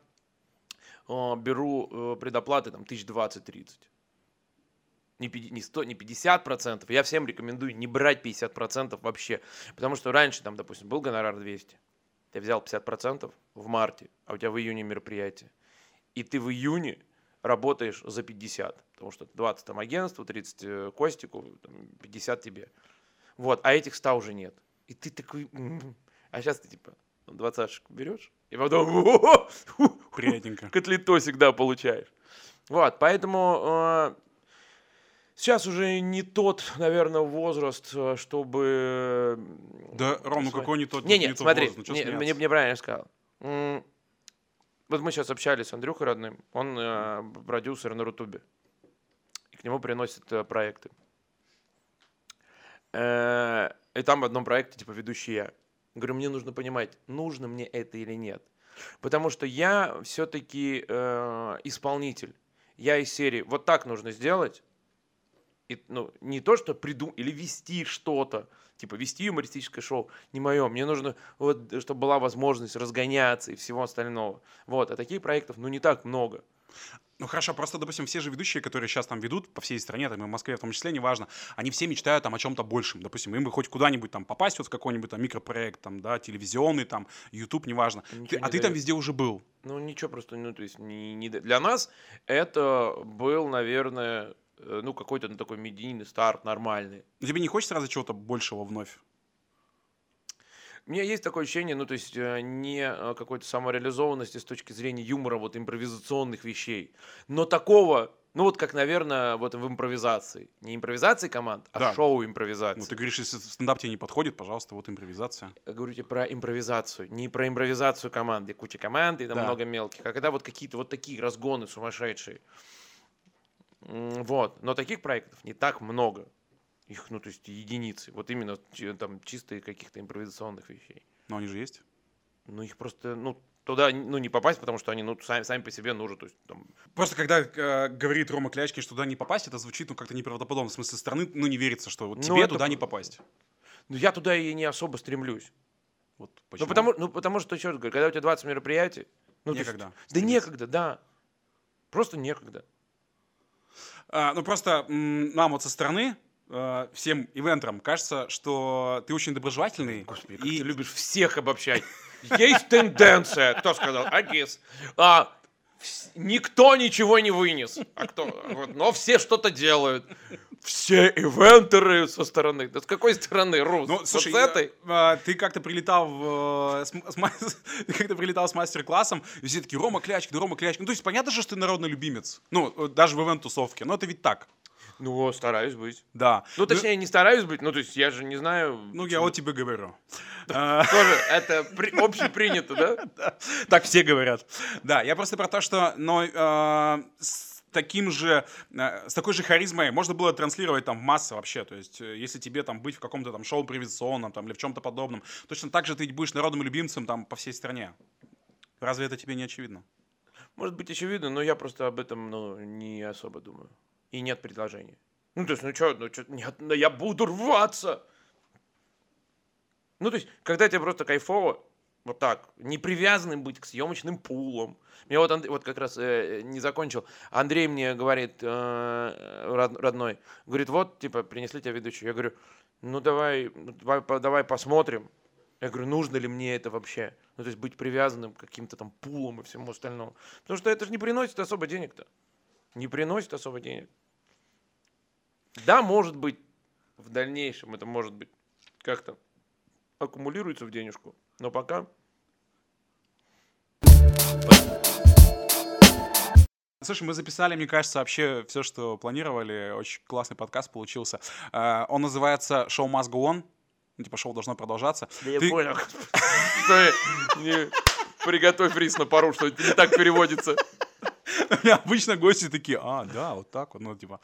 Speaker 1: беру предоплаты там 1020-30. Не 50%. Я всем рекомендую не брать 50% вообще. Потому что раньше, там, допустим, был гонорар 200. Ты взял 50% в марте, а у тебя в июне мероприятие. И ты в июне работаешь за 50. Потому что 20 там агентству, 30 Костику, 50 тебе. Вот, а этих 100 уже нет. И ты такой... А сейчас ты типа 20-шек берешь, и потом
Speaker 3: Приятненько.
Speaker 1: котлетосик, да, получаешь. Вот, поэтому сейчас уже не тот, наверное, возраст, чтобы...
Speaker 3: Да, Ром, ну какой не тот,
Speaker 1: Не,
Speaker 3: тот
Speaker 1: смотри,
Speaker 3: возраст, ну чё смеяться?
Speaker 1: мне правильно сказал. Вот мы сейчас общались с Андрюхой родным, он продюсер на Рутубе, и к нему приносят проекты. И там в одном проекте, типа, ведущий я. Говорю, мне нужно понимать, нужно мне это или нет. Потому что я все-таки исполнитель. Я из серии, вот так нужно сделать. И, ну, не то, что придумать или вести что-то. Типа, вести юмористическое шоу не мое. Мне нужно, вот, чтобы была возможность разгоняться и всего остального. Вот, а таких проектов, ну, не так много.
Speaker 3: Ну хорошо, просто, допустим, все же ведущие, которые сейчас там ведут по всей стране, там и в Москве в том числе, неважно, они все мечтают там о чем-то большем. Допустим, им бы хоть куда-нибудь там попасть вот в какой-нибудь там микропроект, там, да, телевизионный, там, YouTube, неважно.
Speaker 1: Ничего не
Speaker 3: Ты там
Speaker 1: дает.
Speaker 3: везде уже был.
Speaker 1: Ну, ничего просто, ну, то есть, для нас это был, наверное, ну, какой-то ну, такой медийный старт, нормальный.
Speaker 3: Но тебе не хочется сразу чего-то большего вновь?
Speaker 1: У меня есть такое ощущение, ну, то есть, не какой-то самореализованности с точки зрения юмора, вот, импровизационных вещей, но такого, ну, вот, как, наверное, вот в импровизации. Не импровизации команд, а
Speaker 3: Да.
Speaker 1: шоу импровизации.
Speaker 3: Ну ты говоришь, если стендап тебе не подходит, пожалуйста, вот импровизация.
Speaker 1: Я говорю тебе про импровизацию, не про импровизацию команд, где куча команд и там
Speaker 3: Да.
Speaker 1: много мелких, а когда вот какие-то вот такие разгоны сумасшедшие. Вот, но таких проектов не так много. Их, ну, то есть единицы. Вот именно там чистые каких-то импровизационных вещей.
Speaker 3: Но они же есть.
Speaker 1: Ну, их просто, ну, туда, ну, не попасть, потому что они, ну, сами по себе нужны. То есть, там,
Speaker 3: Просто когда говорит Рома Клячкин, что туда не попасть, это звучит, ну, как-то неправдоподобно. В смысле, со стороны, ну, не верится, что вот
Speaker 1: Ну,
Speaker 3: тебе
Speaker 1: это
Speaker 3: туда не
Speaker 1: про-
Speaker 3: попасть.
Speaker 1: ну, я туда и не особо стремлюсь.
Speaker 3: Вот почему?
Speaker 1: Потому что, еще раз говорю, когда у тебя 20 мероприятий, ну, то есть-
Speaker 3: Некогда
Speaker 1: да
Speaker 3: стремиться.
Speaker 1: некогда, да. Просто некогда.
Speaker 3: Ну, просто нам вот со стороны, всем ивентерам, кажется, что ты очень доброжелательный.
Speaker 1: Господи, как
Speaker 3: и
Speaker 1: ты любишь всех обобщать. Есть тенденция. Кто сказал? Агис. Никто ничего не вынес. А кто? Вот, но все что-то делают. Все ивентеры со стороны. Да с какой стороны, Рус?
Speaker 3: Ну,
Speaker 1: Вот
Speaker 3: слушай,
Speaker 1: с этой?
Speaker 3: ты как-то прилетал ты как-то прилетал с мастер-классом, и все такие, Рома Клячкин, Рома Клячкин. Ну, то есть, понятно же, что ты народный любимец. Ну, даже в ивент-тусовке. Но это ведь так.
Speaker 1: Ну, стараюсь быть.
Speaker 3: Да.
Speaker 1: Ну, точнее, не стараюсь быть. Ну, то есть, я же не знаю.
Speaker 3: Ну, я вот тебе говорю.
Speaker 1: Тоже это общепринято, да?
Speaker 3: Так все говорят. Да, я просто про то, что с такой же харизмой можно было транслировать там в массы вообще. То есть, если тебе там быть в каком-то там шоу приватационном там, или в чем-то подобном, точно так же ты будешь народным любимцем там по всей стране. Разве это тебе не очевидно?
Speaker 1: Может быть, очевидно, но я просто об этом ну, не особо думаю. И нет предложений. Ну, то есть, нет, да я буду рваться. Ну, то есть, когда тебе просто кайфово, вот так, не привязанным быть к съемочным пулам. Мне вот, вот как раз не закончил. Андрей мне говорит, родной, говорит, вот, типа, принесли тебя ведущий. Я говорю, ну, давай посмотрим. Я говорю, нужно ли мне это вообще? Ну, то есть быть привязанным к каким-то там пулам и всему остальному. Потому что это же не приносит особо денег-то. Не приносит особо денег. Да, может быть, в дальнейшем это может быть как-то аккумулируется в денежку, но пока...
Speaker 3: Слушай, мы записали, мне кажется, вообще все, что планировали. Очень классный подкаст получился. Он называется «Show must go on». Ну, типа, шоу должно продолжаться.
Speaker 1: Да я понял. Приготовь рис на пару, что это не так переводится.
Speaker 3: Обычно гости такие, да, вот так вот, ну, типа.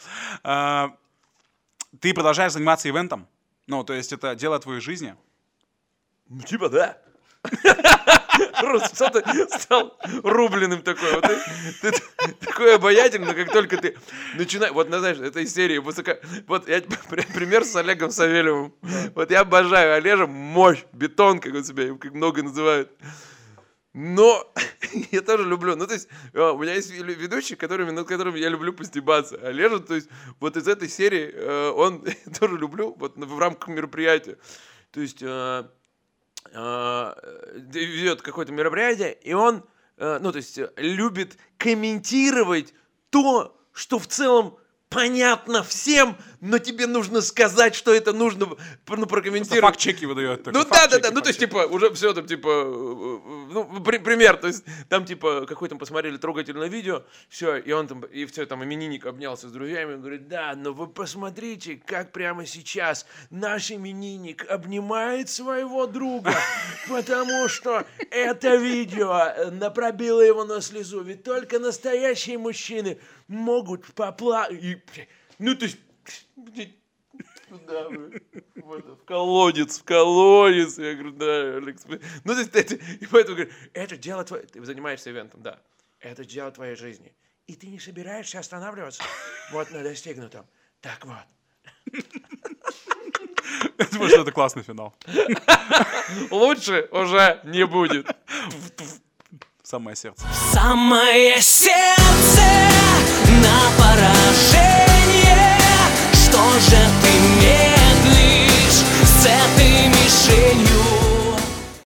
Speaker 3: Ты продолжаешь заниматься ивентом? Ну, то есть это дело твоей жизни?
Speaker 1: Ну, типа, да. Просто что ты стал рубленым такой. Вот ты такой обаятельный, как только ты начинаешь... Вот, знаешь, это из серии высоко... Вот я пример с Олегом Савельевым. Вот я обожаю Олежа, мощь, бетон, как он себя как много называют. Но я тоже люблю. Ну, то есть, у меня есть ведущий, над которым я люблю постебаться. Олежа, то есть, вот из этой серии он тоже люблю, вот в рамках мероприятия. То есть... ведет какое-то мероприятие, и он, ну, то есть, любит комментировать то, что в целом понятно всем, но тебе нужно сказать, что это нужно, ну, прокомментировать.
Speaker 3: Факт-чеки выдает.
Speaker 1: Ну да, ну то есть, типа, уже все там, типа, ну, пример, то есть, там, типа, какое-то посмотрели трогательное видео, все, и он там, и все, там, именинник обнялся с друзьями, он говорит, да, но вы посмотрите, как прямо сейчас наш именинник обнимает своего друга, потому что это видео пробило его на слезу, ведь только настоящие мужчины могут поплакать. Ну, то есть, куда вы? В колодец. Я говорю, да, Алекс. Ну, то есть, и поэтому говорю, это дело твое... Ты занимаешься ивентом, да. Это дело твоей жизни. И ты не собираешься останавливаться вот на достигнутом. Так вот.
Speaker 3: Я думаю, что это классный финал.
Speaker 1: Лучше уже не будет.
Speaker 3: Самое сердце.
Speaker 2: Самое сердце на поражение. Что же